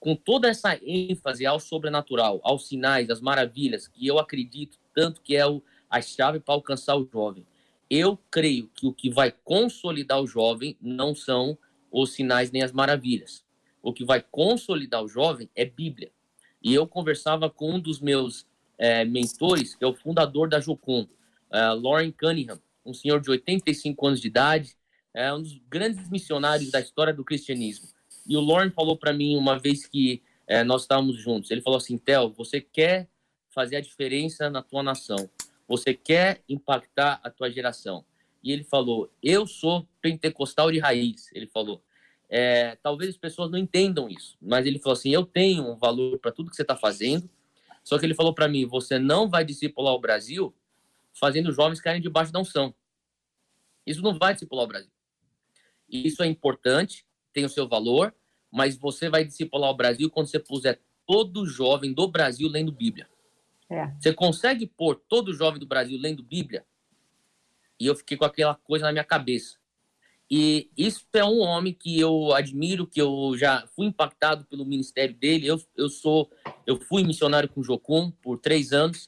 Speaker 6: com toda essa ênfase ao sobrenatural, aos sinais, às maravilhas, que eu acredito tanto que é a chave para alcançar o jovem, eu creio que o que vai consolidar o jovem não são os sinais nem as maravilhas. O que vai consolidar o jovem é Bíblia. E eu conversava com um dos meus mentores, que é o fundador da Jocum, Loren Cunningham, um senhor de 85 anos de idade, um dos grandes missionários da história do cristianismo. E o Loren falou para mim uma vez que nós estávamos juntos, ele falou assim: Theo, você quer fazer a diferença na tua nação, você quer impactar a tua geração. E ele falou: eu sou pentecostal de raiz. Ele falou: talvez as pessoas não entendam isso, mas ele falou assim: eu tenho um valor para tudo que você está fazendo. Só que ele falou para mim: você não vai discipular o Brasil fazendo os jovens caírem debaixo da unção. Isso não vai discipular o Brasil. E isso é importante, tem o seu valor, mas você vai discipular o Brasil quando você puser todo jovem do Brasil lendo Bíblia. Você consegue pôr todo jovem do Brasil lendo Bíblia? E eu fiquei com aquela coisa na minha cabeça. E isso é um homem que eu admiro, que eu já fui impactado pelo ministério dele. Eu fui missionário com o Jocum por 3 anos.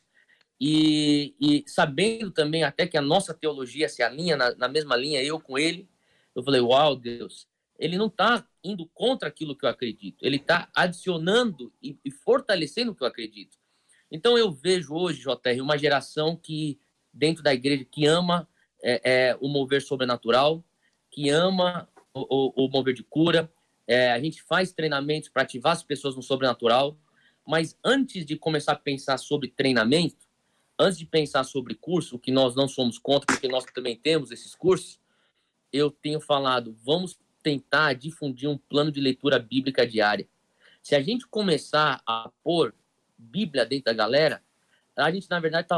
Speaker 6: E sabendo também até que a nossa teologia se alinha na mesma linha, eu com ele, eu falei: uau, Deus, ele não está indo contra aquilo que eu acredito. Ele está adicionando e fortalecendo o que eu acredito. Então eu vejo hoje, JR, uma geração que, dentro da igreja, que ama o mover sobrenatural, que ama o mover de cura. A gente faz treinamentos para ativar as pessoas no sobrenatural, mas antes de começar a pensar sobre treinamento, antes de pensar sobre curso, que nós não somos contra, porque nós também temos esses cursos, eu tenho falado: vamos tentar difundir um plano de leitura bíblica diária. Se a gente começar a pôr Bíblia dentro da galera, a gente, na verdade,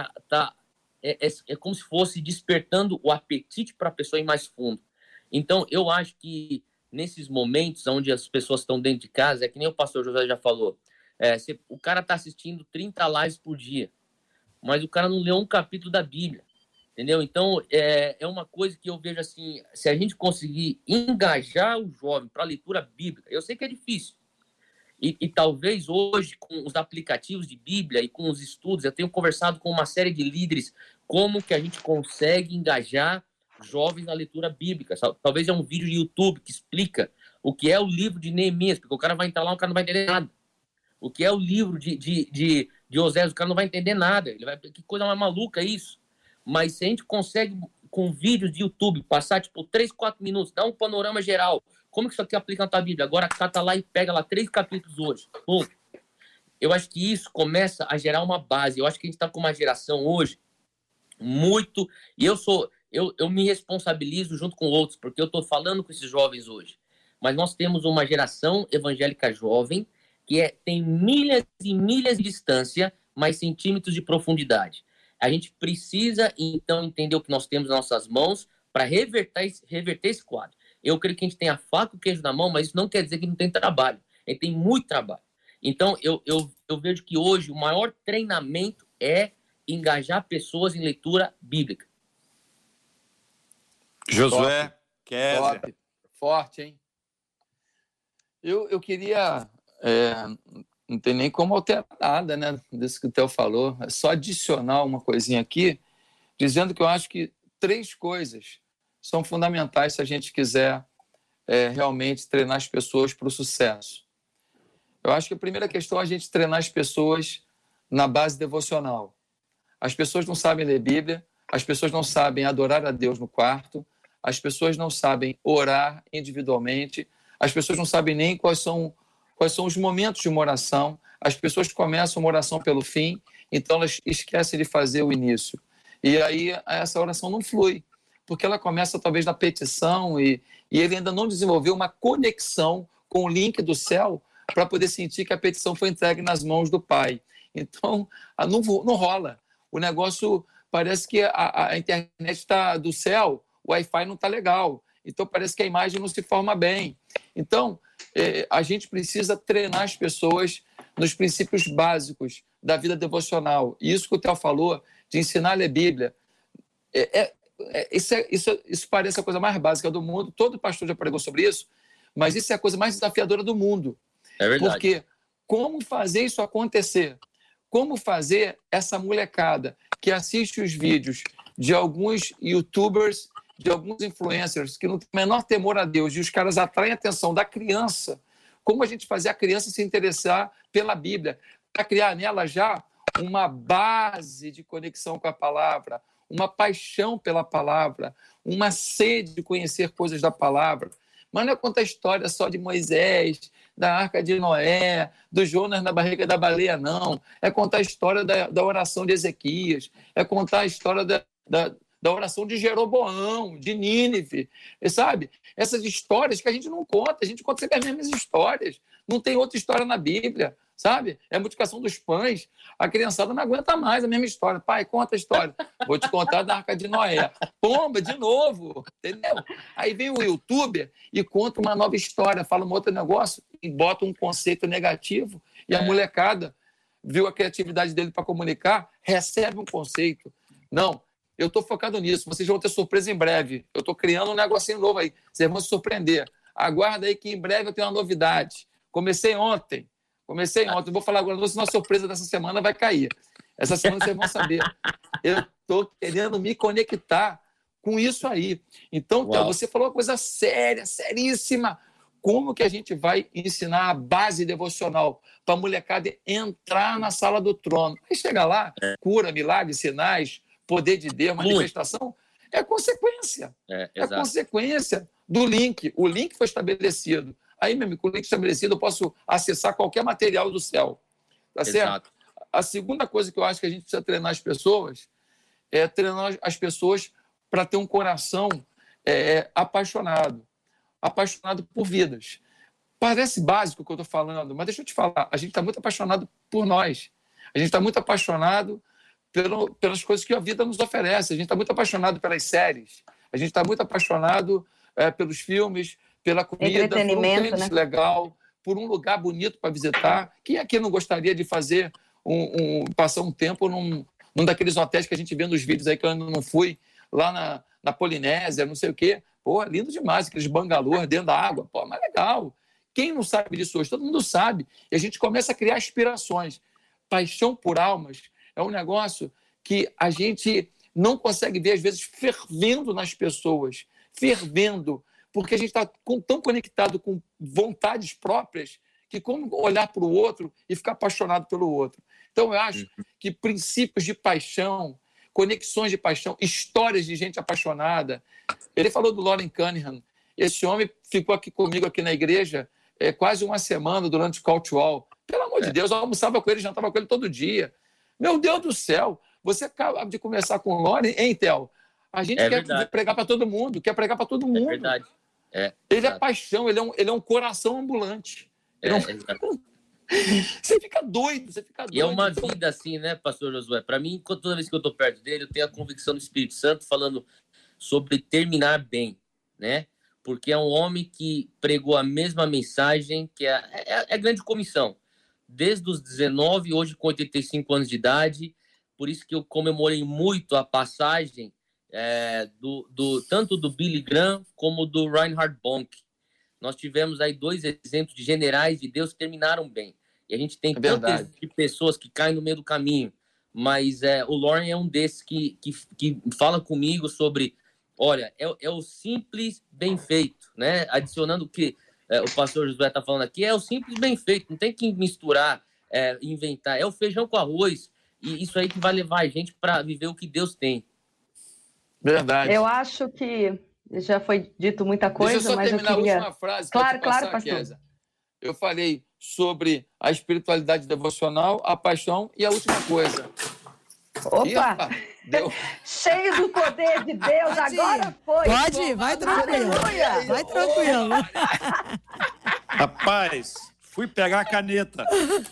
Speaker 6: é como se fosse despertando o apetite para a pessoa ir mais fundo. Então, eu acho que nesses momentos onde as pessoas estão dentro de casa, é que nem o pastor José já falou, o cara está assistindo 30 lives por dia, mas o cara não leu um capítulo da Bíblia, entendeu? Então, é uma coisa que eu vejo assim: se a gente conseguir engajar o jovem para a leitura bíblica, eu sei que é difícil, e talvez hoje, com os aplicativos de Bíblia e com os estudos, eu tenho conversado com uma série de líderes como que a gente consegue engajar jovens na leitura bíblica. Talvez um vídeo de YouTube que explica o que é o livro de Neemias, porque o cara vai entrar lá, o cara não vai entender nada. O que é o livro de Oséias, o cara não vai entender nada. Que coisa mais maluca isso. Mas se a gente consegue, com vídeos de YouTube, passar 3, 4 minutos, dar um panorama geral, como que isso aqui aplica na tua Bíblia? Agora cata lá e pega lá 3 capítulos hoje. Bom, eu acho que isso começa a gerar uma base. Eu acho que a gente está com uma geração hoje muito... E eu me responsabilizo junto com outros, porque eu estou falando com esses jovens hoje. Mas nós temos uma geração evangélica jovem que tem milhas e milhas de distância, mas centímetros de profundidade. A gente precisa, então, entender o que nós temos nas nossas mãos para reverter esse quadro. Eu creio que a gente tem a faca e o queijo na mão, mas isso não quer dizer que não tem trabalho. A gente tem muito trabalho. Então, eu vejo que hoje o maior treinamento é engajar pessoas em leitura bíblica.
Speaker 2: Josué, Kézia.
Speaker 5: Forte, hein? Eu queria... não tem nem como alterar nada, né, disso que o Theo falou. É só adicionar uma coisinha aqui, dizendo que eu acho que 3 coisas são fundamentais se a gente quiser realmente treinar as pessoas para o sucesso. Eu acho que a primeira questão é a gente treinar as pessoas na base devocional. As pessoas não sabem ler Bíblia, as pessoas não sabem adorar a Deus no quarto, as pessoas não sabem orar individualmente, as pessoas não sabem nem quais são os momentos de uma oração. As pessoas começam uma oração pelo fim, então elas esquecem de fazer o início. E aí essa oração não flui, porque ela começa talvez na petição e ele ainda não desenvolveu uma conexão com o link do céu para poder sentir que a petição foi entregue nas mãos do Pai. Então, não rola. O negócio parece que a internet está do céu, o Wi-Fi não está legal. Então, parece que a imagem não se forma bem. Então, a gente precisa treinar as pessoas nos princípios básicos da vida devocional. E isso que o Theo falou, de ensinar a ler Bíblia, isso parece a coisa mais básica do mundo. Todo pastor já pregou sobre isso, mas isso é a coisa mais desafiadora do mundo.
Speaker 6: É verdade.
Speaker 5: Porque como fazer isso acontecer? Como fazer essa molecada que assiste os vídeos de alguns youtubers, de alguns influencers que não tem o menor temor a Deus e os caras atraem a atenção da criança, como a gente fazer a criança se interessar pela Bíblia, para criar nela já uma base de conexão com a palavra, uma paixão pela palavra, uma sede de conhecer coisas da palavra. Mas não é contar a história só de Moisés, da Arca de Noé, do Jonas na barriga da baleia, não. É contar a história da oração de Ezequias, é contar a história da oração de Jeroboão, de Nínive, sabe? Essas histórias que a gente não conta, a gente conta sempre as mesmas histórias. Não tem outra história na Bíblia, sabe? É a multiplicação dos pães. A criançada não aguenta mais a mesma história. Pai, conta a história. Vou te contar da Arca de Noé. Pomba, de novo, entendeu? Aí vem o youtuber e conta uma nova história, fala um outro negócio e bota um conceito negativo e a molecada viu a criatividade dele para comunicar, recebe um conceito. Não, eu estou focado nisso. Vocês vão ter surpresa em breve. Eu estou criando um negocinho novo aí. Vocês vão se surpreender. Aguarda aí que em breve eu tenho uma novidade. Comecei ontem. Não vou falar agora, senão a surpresa dessa semana vai cair. Essa semana vocês vão saber. Eu estou querendo me conectar com isso aí. Então, você falou uma coisa séria, seríssima. Como que a gente vai ensinar a base devocional para a molecada entrar na sala do trono? Aí chega lá, cura, milagres, sinais, poder de Deus, manifestação, é consequência. É consequência do link. O link foi estabelecido. Aí, meu amigo, com o link estabelecido, eu posso acessar qualquer material do céu. Tá certo? A segunda coisa que eu acho que a gente precisa treinar as pessoas é treinar as pessoas para ter um coração apaixonado por vidas. Parece básico o que eu estou falando, mas deixa eu te falar, a gente está muito apaixonado por nós. A gente está muito apaixonado pelas coisas que a vida nos oferece. A gente está muito apaixonado pelas séries. A gente está muito apaixonado pelos filmes, pela comida, por um tênis legal, por um lugar bonito para visitar. Quem aqui não gostaria de fazer passar um tempo num daqueles hotéis que a gente vê nos vídeos aí que eu ainda não fui, lá na Polinésia, não sei o quê? Pô, lindo demais, aqueles bangalôs dentro da água. Pô, mas legal. Quem não sabe disso hoje? Todo mundo sabe. E a gente começa a criar aspirações. Paixão por almas é um negócio que a gente não consegue ver, às vezes, fervendo nas pessoas. Fervendo. Porque a gente está tão conectado com vontades próprias que como olhar para o outro e ficar apaixonado pelo outro. Então, eu acho que princípios de paixão, conexões de paixão, histórias de gente apaixonada. Ele falou do Loren Cunningham. Esse homem ficou aqui comigo aqui na igreja quase uma semana durante o Call to All. Pelo amor de Deus, eu almoçava com ele, jantava com ele todo dia. Meu Deus do céu, você acaba de conversar com o Loren, hein, Theo? A gente quer pregar para todo mundo, quer pregar para todo mundo.
Speaker 6: É verdade.
Speaker 5: Ele é paixão, ele é um coração ambulante. Você fica doido,
Speaker 6: E é uma vida assim, né, pastor Josué? Para mim, toda vez que eu estou perto dele, eu tenho a convicção do Espírito Santo falando sobre terminar bem, né? Porque é um homem que pregou a mesma mensagem, que é a grande comissão. Desde os 19, hoje com 85 anos de idade. Por isso que eu comemorei muito a passagem tanto do Billy Graham como do Reinhard Bonk. Nós tivemos aí 2 exemplos de generais de Deus que terminaram bem. E a gente tem tantas pessoas que caem no meio do caminho. Mas o Loren é um desses que fala comigo sobre, olha, é o simples bem feito, né? Adicionando o que o pastor Josué está falando aqui, é o simples bem feito. Não tem que misturar, inventar. É o feijão com arroz. E isso aí que vai levar a gente para viver o que Deus tem.
Speaker 5: Verdade.
Speaker 7: Eu acho que já foi dito muita coisa,
Speaker 5: Deixa eu só
Speaker 7: mas
Speaker 5: terminar
Speaker 7: eu queria...
Speaker 5: a última frase.
Speaker 7: Claro, pastor.
Speaker 5: Kézia. Eu falei sobre a espiritualidade devocional, a paixão e a última coisa.
Speaker 7: Opa!
Speaker 5: Deu.
Speaker 7: Cheio do poder de Deus, agora foi.
Speaker 4: Pode, vai tranquilo. Vai tranquilo.
Speaker 2: Rapaz, fui pegar a caneta.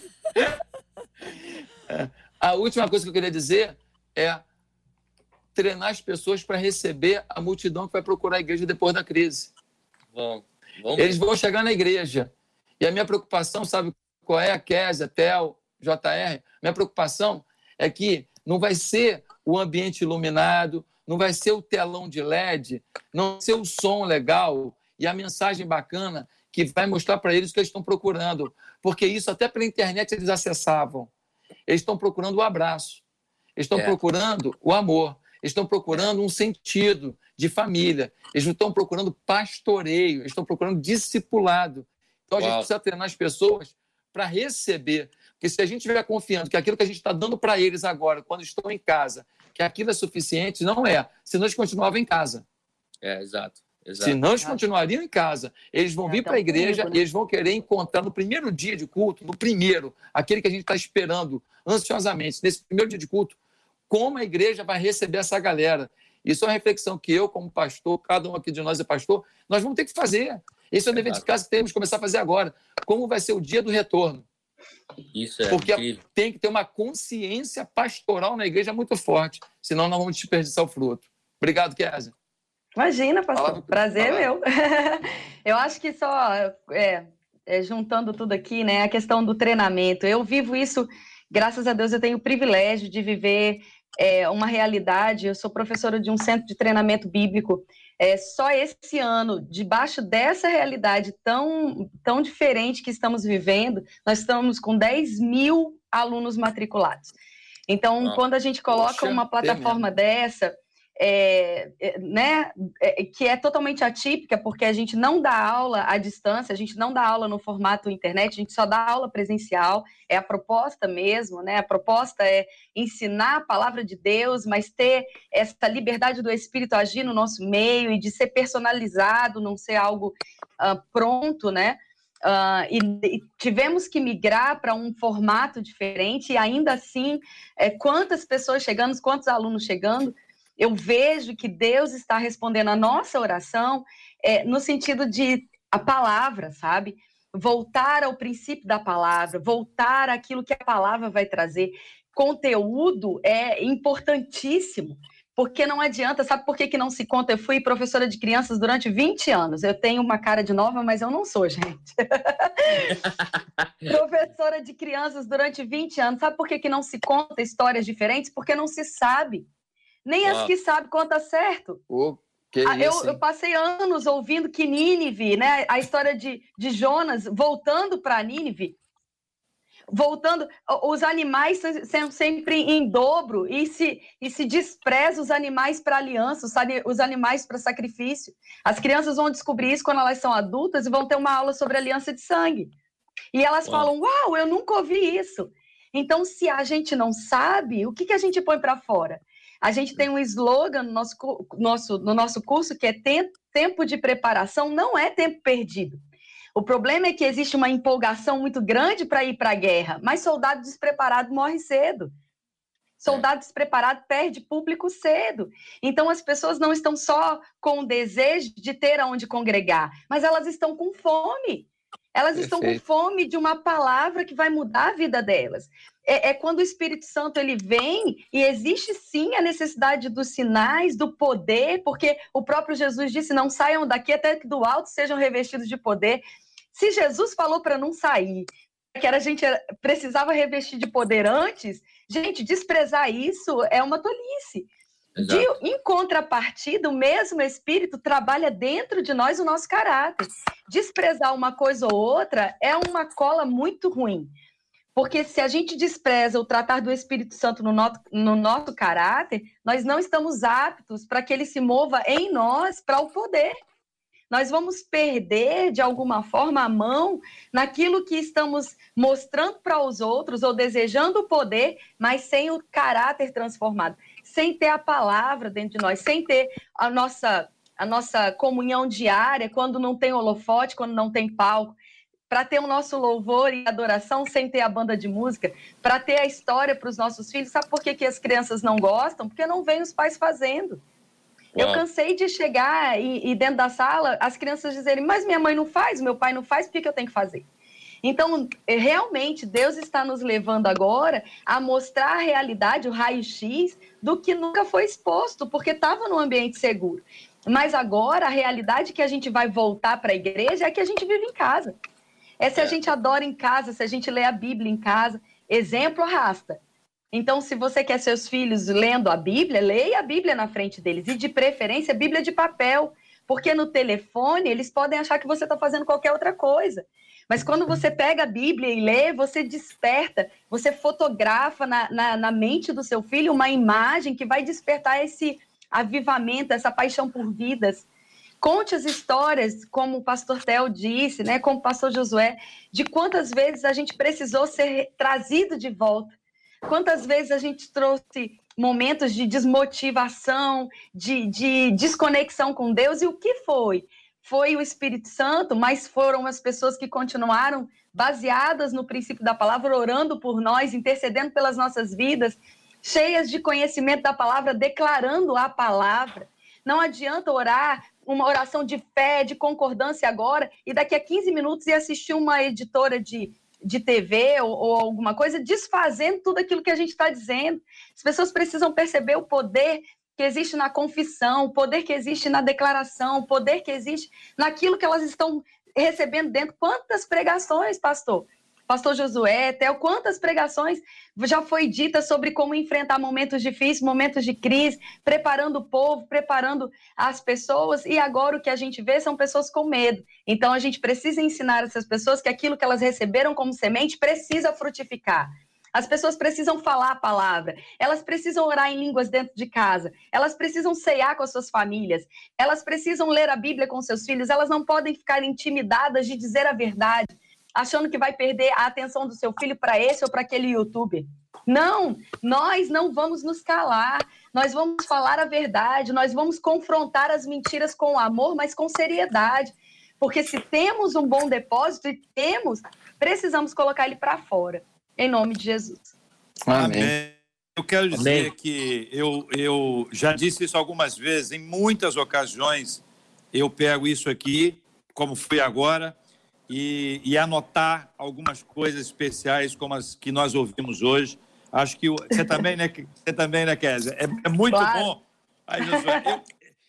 Speaker 5: A última coisa que eu queria dizer é treinar as pessoas para receber a multidão que vai procurar a igreja depois da crise. Eles vão chegar na igreja. E a minha preocupação, sabe qual é? A Kézia, Theo, JR, minha preocupação é que não vai ser o ambiente iluminado, não vai ser o telão de LED, não vai ser o som legal e a mensagem bacana que vai mostrar para eles o que eles estão procurando, porque isso até pela internet eles acessavam. Eles estão procurando o abraço, eles estão procurando o amor, eles estão procurando um sentido de família, eles não estão procurando pastoreio, eles estão procurando discipulado. Então a gente precisa treinar as pessoas para receber, porque se a gente estiver confiando que aquilo que a gente está dando para eles agora, quando estão em casa, que aquilo é suficiente, não é, senão eles continuavam em casa.
Speaker 6: Exato.
Speaker 5: Se não, eles continuariam em casa. Eles vão vir para a igreja e eles vão querer encontrar no primeiro dia de culto, no primeiro, aquele que a gente está esperando ansiosamente, nesse primeiro dia de culto, como a igreja vai receber essa galera. Isso é uma reflexão que eu, como pastor, cada um aqui de nós é pastor, nós vamos ter que fazer. Esse é o dever de casa que temos que começar a fazer agora. Como vai ser o dia do retorno?
Speaker 6: Isso é
Speaker 5: porque
Speaker 6: incrível.
Speaker 5: Tem que ter uma consciência pastoral na igreja muito forte, senão nós vamos desperdiçar o fruto. Obrigado, Kézia.
Speaker 7: Imagina, pastor. Prazer meu. Eu acho que só juntando tudo aqui, né, a questão do treinamento. Eu vivo isso, graças a Deus, eu tenho o privilégio de viver uma realidade. Eu sou professora de um centro de treinamento bíblico. Só esse ano, debaixo dessa realidade tão diferente que estamos vivendo, nós estamos com 10 mil alunos matriculados. Então, quando a gente coloca uma plataforma dessa, que é totalmente atípica, porque a gente não dá aula à distância, a gente não dá aula no formato internet, a gente só dá aula presencial, é a proposta mesmo, né? A proposta é ensinar a palavra de Deus, mas ter essa liberdade do Espírito agir no nosso meio e de ser personalizado, não ser algo pronto, né? E tivemos que migrar para um formato diferente, e ainda assim, quantas pessoas chegando, quantos alunos chegando, eu vejo que Deus está respondendo a nossa oração no sentido de a palavra, sabe? Voltar ao princípio da palavra, voltar àquilo que a palavra vai trazer. Conteúdo é importantíssimo, porque não adianta, sabe por que não se conta? Eu fui professora de crianças durante 20 anos. Eu tenho uma cara de nova, mas eu não sou, gente. Professora de crianças durante 20 anos. Sabe por que não se conta histórias diferentes? Porque não se sabe. Nem as que sabem conta certo. Eu passei anos ouvindo que Nínive, né, a história de Jonas voltando para Nínive, os animais são sempre em dobro e se despreza os animais para aliança, os animais para sacrifício. As crianças vão descobrir isso quando elas são adultas e vão ter uma aula sobre aliança de sangue. E elas falam, uau, eu nunca ouvi isso. Então, se a gente não sabe, o que a gente põe para fora? A gente tem um slogan no nosso curso que é tempo de preparação não é tempo perdido. O problema é que existe uma empolgação muito grande para ir para a guerra, mas soldado despreparado morre cedo. Soldado despreparado perde público cedo. Então as pessoas não estão só com o desejo de ter aonde congregar, mas elas estão com fome. Elas estão com fome de uma palavra que vai mudar a vida delas. É quando o Espírito Santo ele vem, e existe sim a necessidade dos sinais, do poder, porque o próprio Jesus disse, não saiam daqui até que do alto sejam revestidos de poder. Se Jesus falou para não sair, que a gente precisava revestir de poder antes, gente, desprezar isso é uma tolice. Em contrapartida, o mesmo Espírito trabalha dentro de nós o nosso caráter. Desprezar uma coisa ou outra é uma cola muito ruim. Porque se a gente despreza o tratar do Espírito Santo no nosso caráter, nós não estamos aptos para que ele se mova em nós para o poder. Nós vamos perder, de alguma forma, a mão naquilo que estamos mostrando para os outros ou desejando o poder, mas sem o caráter transformado, sem ter a palavra dentro de nós, sem ter a nossa comunhão diária, quando não tem holofote, quando não tem palco, para ter o nosso louvor e adoração sem ter a banda de música, para ter a história para os nossos filhos. Sabe por que as crianças não gostam? Porque não veem os pais fazendo. Eu cansei de chegar e dentro da sala, as crianças dizerem, mas minha mãe não faz, meu pai não faz, por que eu tenho que fazer? Então, realmente, Deus está nos levando agora a mostrar a realidade, o raio-x, do que nunca foi exposto, porque estava num ambiente seguro. Mas agora, a realidade que a gente vai voltar para a igreja é que a gente vive em casa. Se a gente adora em casa, se a gente lê a Bíblia em casa, exemplo arrasta. Então, se você quer seus filhos lendo a Bíblia, leia a Bíblia na frente deles. E, de preferência, Bíblia de papel. Porque no telefone, eles podem achar que você está fazendo qualquer outra coisa. Mas quando você pega a Bíblia e lê, você desperta, você fotografa na mente do seu filho uma imagem que vai despertar esse avivamento, essa paixão por vidas. Conte as histórias, como o pastor Theo disse, né, como o pastor Josué, de quantas vezes a gente precisou ser trazido de volta. Quantas vezes a gente trouxe momentos de desmotivação, de desconexão com Deus, e o que foi? Foi o Espírito Santo, mas foram as pessoas que continuaram baseadas no princípio da palavra, orando por nós, intercedendo pelas nossas vidas, cheias de conhecimento da palavra, declarando a palavra. Não adianta orar uma oração de fé, de concordância agora, e daqui a 15 minutos ir assistir uma editora de TV ou alguma coisa, desfazendo tudo aquilo que a gente está dizendo. As pessoas precisam perceber o poder que existe na confissão, o poder que existe na declaração, o poder que existe naquilo que elas estão recebendo dentro. Quantas pregações, pastor Josué, Theo, quantas pregações já foi dita sobre como enfrentar momentos difíceis, momentos de crise, preparando o povo, preparando as pessoas, e agora o que a gente vê são pessoas com medo. Então a gente precisa ensinar essas pessoas que aquilo que elas receberam como semente precisa frutificar. As pessoas precisam falar a palavra, elas precisam orar em línguas dentro de casa, elas precisam ceiar com as suas famílias, elas precisam ler a Bíblia com seus filhos, elas não podem ficar intimidadas de dizer a verdade, achando que vai perder a atenção do seu filho para esse ou para aquele youtuber. Não, nós não vamos nos calar, nós vamos falar a verdade, nós vamos confrontar as mentiras com amor, mas com seriedade, porque se temos um bom depósito, e precisamos colocar ele para fora. Em nome de Jesus.
Speaker 2: Amém. Eu quero dizer que eu já disse isso algumas vezes, em muitas ocasiões eu pego isso aqui, como foi agora, e anotar algumas coisas especiais como as que nós ouvimos hoje. Acho que você também, né, Kézia? É muito bom. Aí, Josué,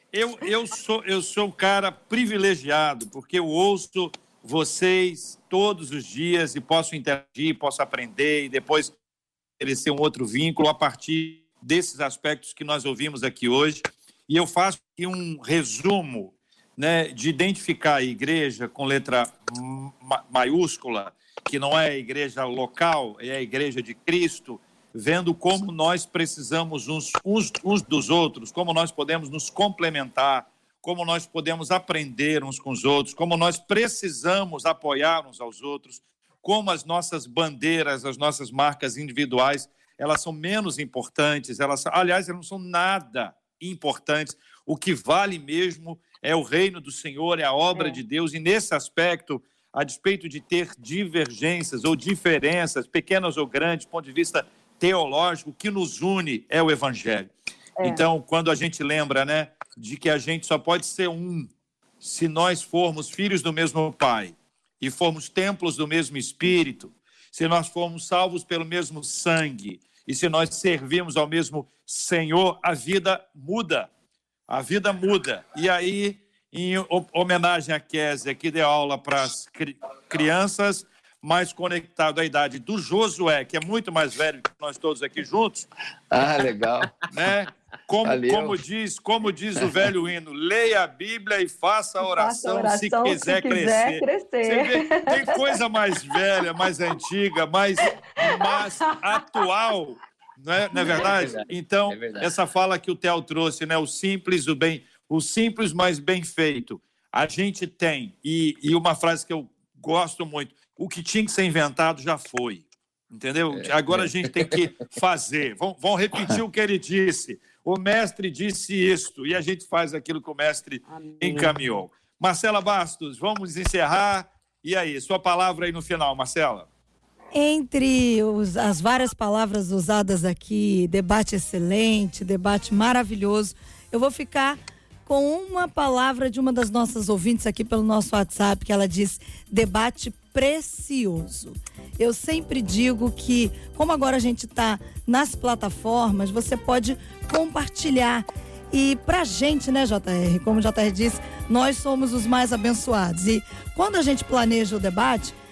Speaker 2: eu sou um cara privilegiado, porque eu ouço vocês todos os dias e posso interagir, posso aprender e depois estabelecer um outro vínculo a partir desses aspectos que nós ouvimos aqui hoje. E eu faço aqui um resumo, né, de identificar a igreja com letra maiúscula, que não é a igreja local, é a igreja de Cristo, vendo como nós precisamos uns dos outros, como nós podemos nos complementar, como nós podemos aprender uns com os outros, como nós precisamos apoiar uns aos outros, como as nossas bandeiras, as nossas marcas individuais, elas são menos importantes, aliás, elas não são nada importantes. O que vale mesmo é o reino do Senhor, é a obra de Deus, e nesse aspecto, a despeito de ter divergências ou diferenças, pequenas ou grandes, do ponto de vista teológico, o que nos une é o Evangelho. Então, quando a gente lembra, né, de que a gente só pode ser um se nós formos filhos do mesmo Pai e formos templos do mesmo Espírito, se nós formos salvos pelo mesmo sangue e se nós servirmos ao mesmo Senhor, a vida muda. A vida muda. E aí, em homenagem a Kézia, que deu aula para as crianças, mais conectado à idade do Josué, que é muito mais velho que nós todos aqui juntos.
Speaker 5: Ah, legal.
Speaker 2: Né? Como diz o velho hino, leia a Bíblia e faça a oração, se quiser crescer. Você vê, tem coisa mais velha, mais antiga, mais atual, não é verdade? Então, essa fala que o Theo trouxe, né? O simples, mas bem feito. A gente tem, e uma frase que eu gosto muito, o que tinha que ser inventado já foi, entendeu? Agora a gente tem que fazer. Vamos repetir o que ele disse. O mestre disse isto, e a gente faz aquilo que o mestre encaminhou. Marcela Bastos, vamos encerrar. E aí, sua palavra aí no final, Marcela.
Speaker 4: Entre as várias palavras usadas aqui, debate excelente, debate maravilhoso, eu vou ficar com uma palavra de uma das nossas ouvintes aqui pelo nosso WhatsApp, que ela diz debate precioso. Eu sempre digo que, como agora a gente está nas plataformas, você pode compartilhar. E pra gente, né, JR, como o JR disse, nós somos os mais abençoados. E quando a gente planeja o debate,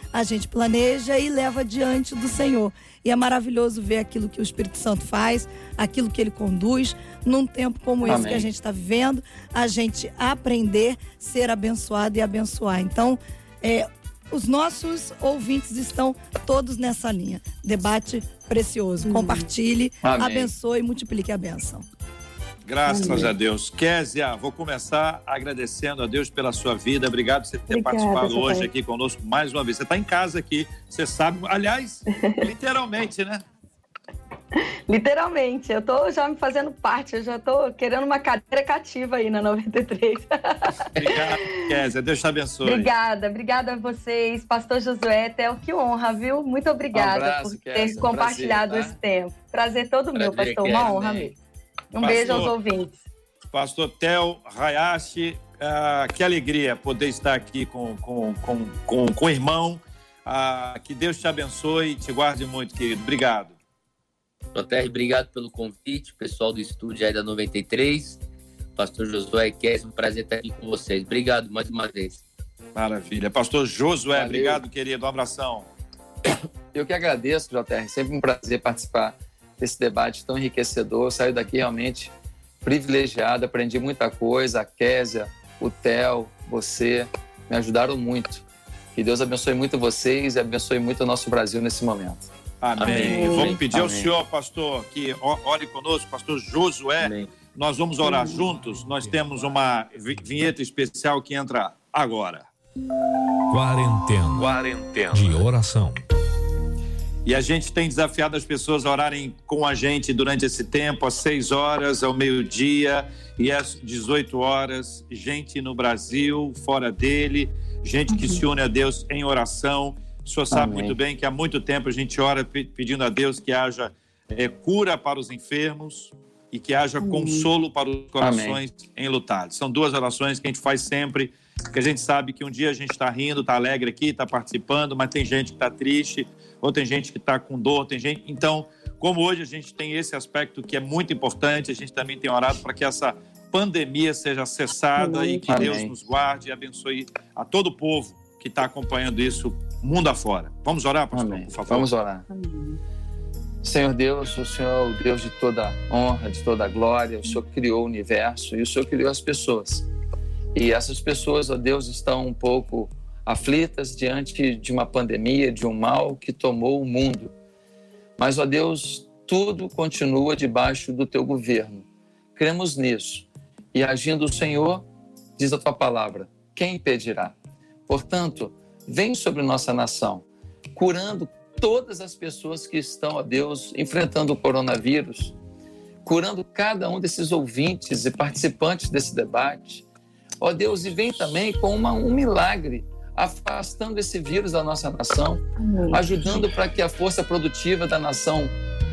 Speaker 4: a gente planeja e leva diante do Senhor. E é maravilhoso ver aquilo que o Espírito Santo faz, aquilo que ele conduz, num tempo como esse que a gente está vivendo, a gente aprender, ser abençoado e abençoar. Então, os nossos ouvintes estão todos nessa linha. Debate precioso. Compartilhe, abençoe e multiplique a bênção.
Speaker 2: Graças a Deus. Kézia, vou começar agradecendo a Deus pela sua vida. Obrigado por você ter participado hoje aqui conosco mais uma vez. Você está em casa aqui, você sabe. Aliás, literalmente, né?
Speaker 7: Literalmente. Eu tô já me fazendo parte. Eu já tô querendo uma cadeira cativa aí na 93.
Speaker 2: Obrigado, Kézia. Deus te abençoe.
Speaker 7: Obrigada a vocês. Pastor Josué, Theo, que honra, viu? Muito obrigada por ter compartilhado esse tempo. Prazer todo meu, pastor. Uma honra mesmo. Beijo aos ouvintes.
Speaker 2: Pastor Theo Hayashi, que alegria poder estar aqui com o irmão. Que Deus te abençoe e te guarde muito, querido. Obrigado.
Speaker 6: Joter, obrigado pelo convite, pessoal do estúdio aí da 93. Pastor Josué e Kézia, um prazer estar aqui com vocês. Obrigado mais uma vez.
Speaker 2: Maravilha. Pastor Josué, obrigado, querido. Um abração.
Speaker 5: Eu que agradeço, Joter. Sempre um prazer participar desse debate tão enriquecedor. Eu saio daqui realmente privilegiado, aprendi muita coisa. A Kézia, o Theo, você me ajudaram muito. Que Deus abençoe muito vocês e abençoe muito o nosso Brasil nesse momento.
Speaker 2: Amém. Vamos pedir ao senhor, pastor, que ore conosco, pastor Josué. Amém. Nós vamos orar juntos. Nós temos uma vinheta especial que entra agora.
Speaker 1: Quarentena de oração.
Speaker 2: E a gente tem desafiado as pessoas a orarem com a gente durante esse tempo, às 6 horas, ao meio-dia e às 18 horas. Gente no Brasil, fora dele, gente que se une a Deus em oração. O senhor sabe muito bem que há muito tempo a gente ora pedindo a Deus que haja cura para os enfermos e que haja consolo para os corações enlutados. São 2 orações que a gente faz sempre, porque a gente sabe que um dia a gente está rindo, está alegre aqui, está participando, mas tem gente que está triste, ou tem gente que está com dor, tem gente... Então, como hoje a gente tem esse aspecto que é muito importante, a gente também tem orado para que essa pandemia seja cessada e que Deus nos guarde e abençoe a todo o povo que está acompanhando isso mundo afora. Vamos orar, pastor, por favor?
Speaker 5: Vamos orar. Senhor Deus, o Senhor é o Deus de toda honra, de toda glória. O Senhor criou o universo e o Senhor criou as pessoas. E essas pessoas, ó Deus, estão um pouco aflitas diante de uma pandemia, de um mal que tomou o mundo. Mas, ó Deus, tudo continua debaixo do teu governo. Cremos nisso. E agindo o Senhor, diz a tua palavra, quem impedirá? Portanto, vem sobre nossa nação, curando todas as pessoas que estão, ó Deus, enfrentando o coronavírus, curando cada um desses ouvintes e participantes desse debate. Ó Deus, e vem também com um milagre, afastando esse vírus da nossa nação, ajudando para que a força produtiva da nação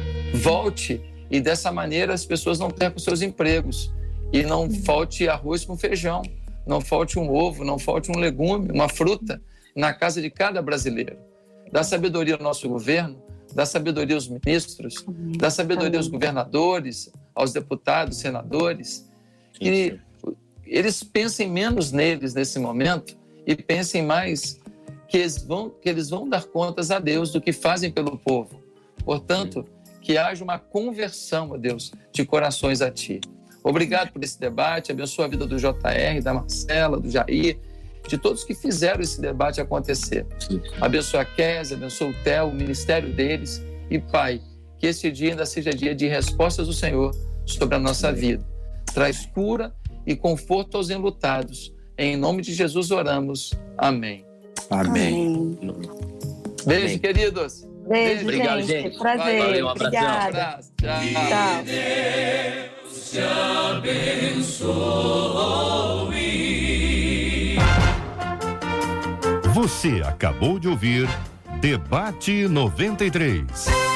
Speaker 5: volte e dessa maneira as pessoas não percam seus empregos e não falte arroz com feijão, não falte um ovo, não falte um legume, uma fruta na casa de cada brasileiro. Dá sabedoria ao nosso governo, dá sabedoria aos ministros, dá sabedoria aos governadores, aos deputados, senadores, que eles pensem menos neles nesse momento e pensem mais que eles vão dar contas a Deus do que fazem pelo povo. Portanto, que haja uma conversão, ó Deus, de corações a Ti. Obrigado por esse debate, abençoa a vida do JR, da Marcela, do Jair, de todos que fizeram esse debate acontecer. Abençoa a Kézia, abençoa o Theo, o ministério deles. E, Pai, que esse dia ainda seja dia de respostas do Senhor sobre a nossa vida. Traz cura e conforto aos enlutados. Em nome de Jesus oramos. Amém.
Speaker 2: Amém.
Speaker 5: Beijo, queridos.
Speaker 7: Beijo,
Speaker 6: obrigado, gente.
Speaker 7: Prazer.
Speaker 6: Valeu, um
Speaker 7: obrigada.
Speaker 5: Tchau.
Speaker 1: Deus te abençoe. Você acabou de ouvir Debate 93.